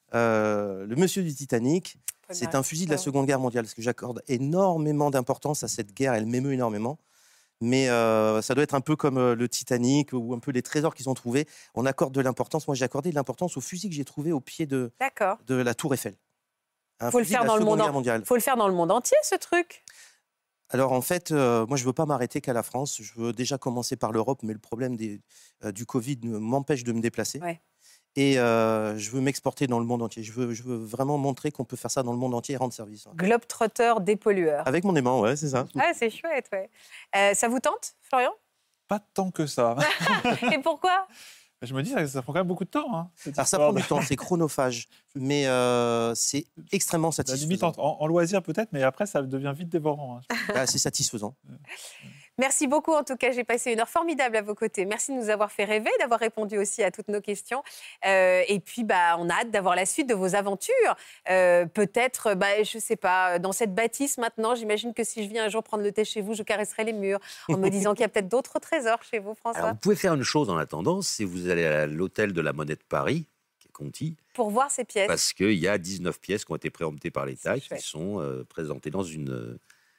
le monsieur du Titanic. C'est un fusil de la Seconde Guerre mondiale, parce que j'accorde énormément d'importance à cette guerre. Elle m'émeut énormément. Mais ça doit être un peu comme le Titanic ou un peu les trésors qu'ils ont trouvés. On accorde de l'importance. Moi, j'ai accordé de l'importance au fusil que j'ai trouvé au pied de la Tour Eiffel. Il faut le faire dans le monde entier, ce truc. Alors, en fait, moi, je ne veux pas m'arrêter qu'à la France. Je veux déjà commencer par l'Europe, mais le problème du Covid m'empêche de me déplacer. Ouais. Et je veux m'exporter dans le monde entier. Je veux vraiment montrer qu'on peut faire ça dans le monde entier et rendre service. Globe-trotteur dépollueur. Avec mon aimant, ouais, c'est ça. Ah, c'est chouette, ouais. Ça vous tente, Florian? Pas tant que ça. Et pourquoi? Je me dis, ça prend quand même beaucoup de temps. Alors, ça prend du temps, c'est chronophage, mais c'est extrêmement satisfaisant. Limite en loisir peut-être, mais après, ça devient vite dévorant. C'est satisfaisant. Merci beaucoup. En tout cas, j'ai passé une heure formidable à vos côtés. Merci de nous avoir fait rêver, d'avoir répondu aussi à toutes nos questions. Et puis, on a hâte d'avoir la suite de vos aventures. Peut-être, je ne sais pas, dans cette bâtisse maintenant, j'imagine que si je viens un jour prendre le thé chez vous, je caresserai les murs en me disant qu'il y a peut-être d'autres trésors chez vous, François. Alors, vous pouvez faire une chose en attendant, c'est vous allez à l'hôtel de la Monnaie de Paris, qui est Conti. Pour voir ces pièces. Parce qu'il y a 19 pièces qui ont été préemptées par l'État qui sont présentées dans une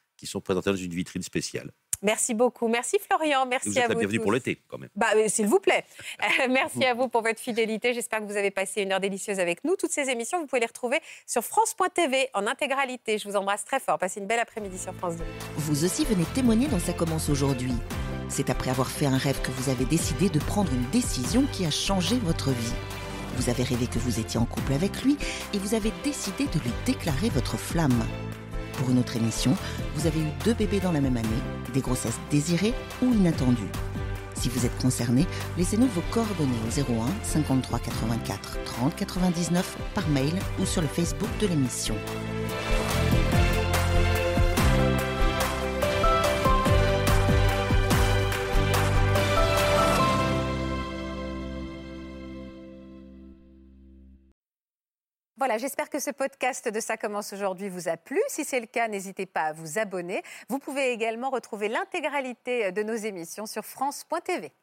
vitrine spéciale. Merci beaucoup. Merci Florian. Merci à vous. Vous êtes bienvenue pour l'été, quand même. S'il vous plaît. Merci à vous pour votre fidélité. J'espère que vous avez passé une heure délicieuse avec nous. Toutes ces émissions, vous pouvez les retrouver sur France.tv en intégralité. Je vous embrasse très fort. Passez une belle après-midi sur France 2. Vous aussi venez témoigner dans Ça commence aujourd'hui. C'est après avoir fait un rêve que vous avez décidé de prendre une décision qui a changé votre vie. Vous avez rêvé que vous étiez en couple avec lui et vous avez décidé de lui déclarer votre flamme. Pour une autre émission, vous avez eu 2 bébés dans la même année, des grossesses désirées ou inattendues. Si vous êtes concerné, laissez-nous vos coordonnées au 01 53 84 30 99 par mail ou sur le Facebook de l'émission. Voilà, j'espère que ce podcast de Ça commence aujourd'hui vous a plu. Si c'est le cas, n'hésitez pas à vous abonner. Vous pouvez également retrouver l'intégralité de nos émissions sur France.tv.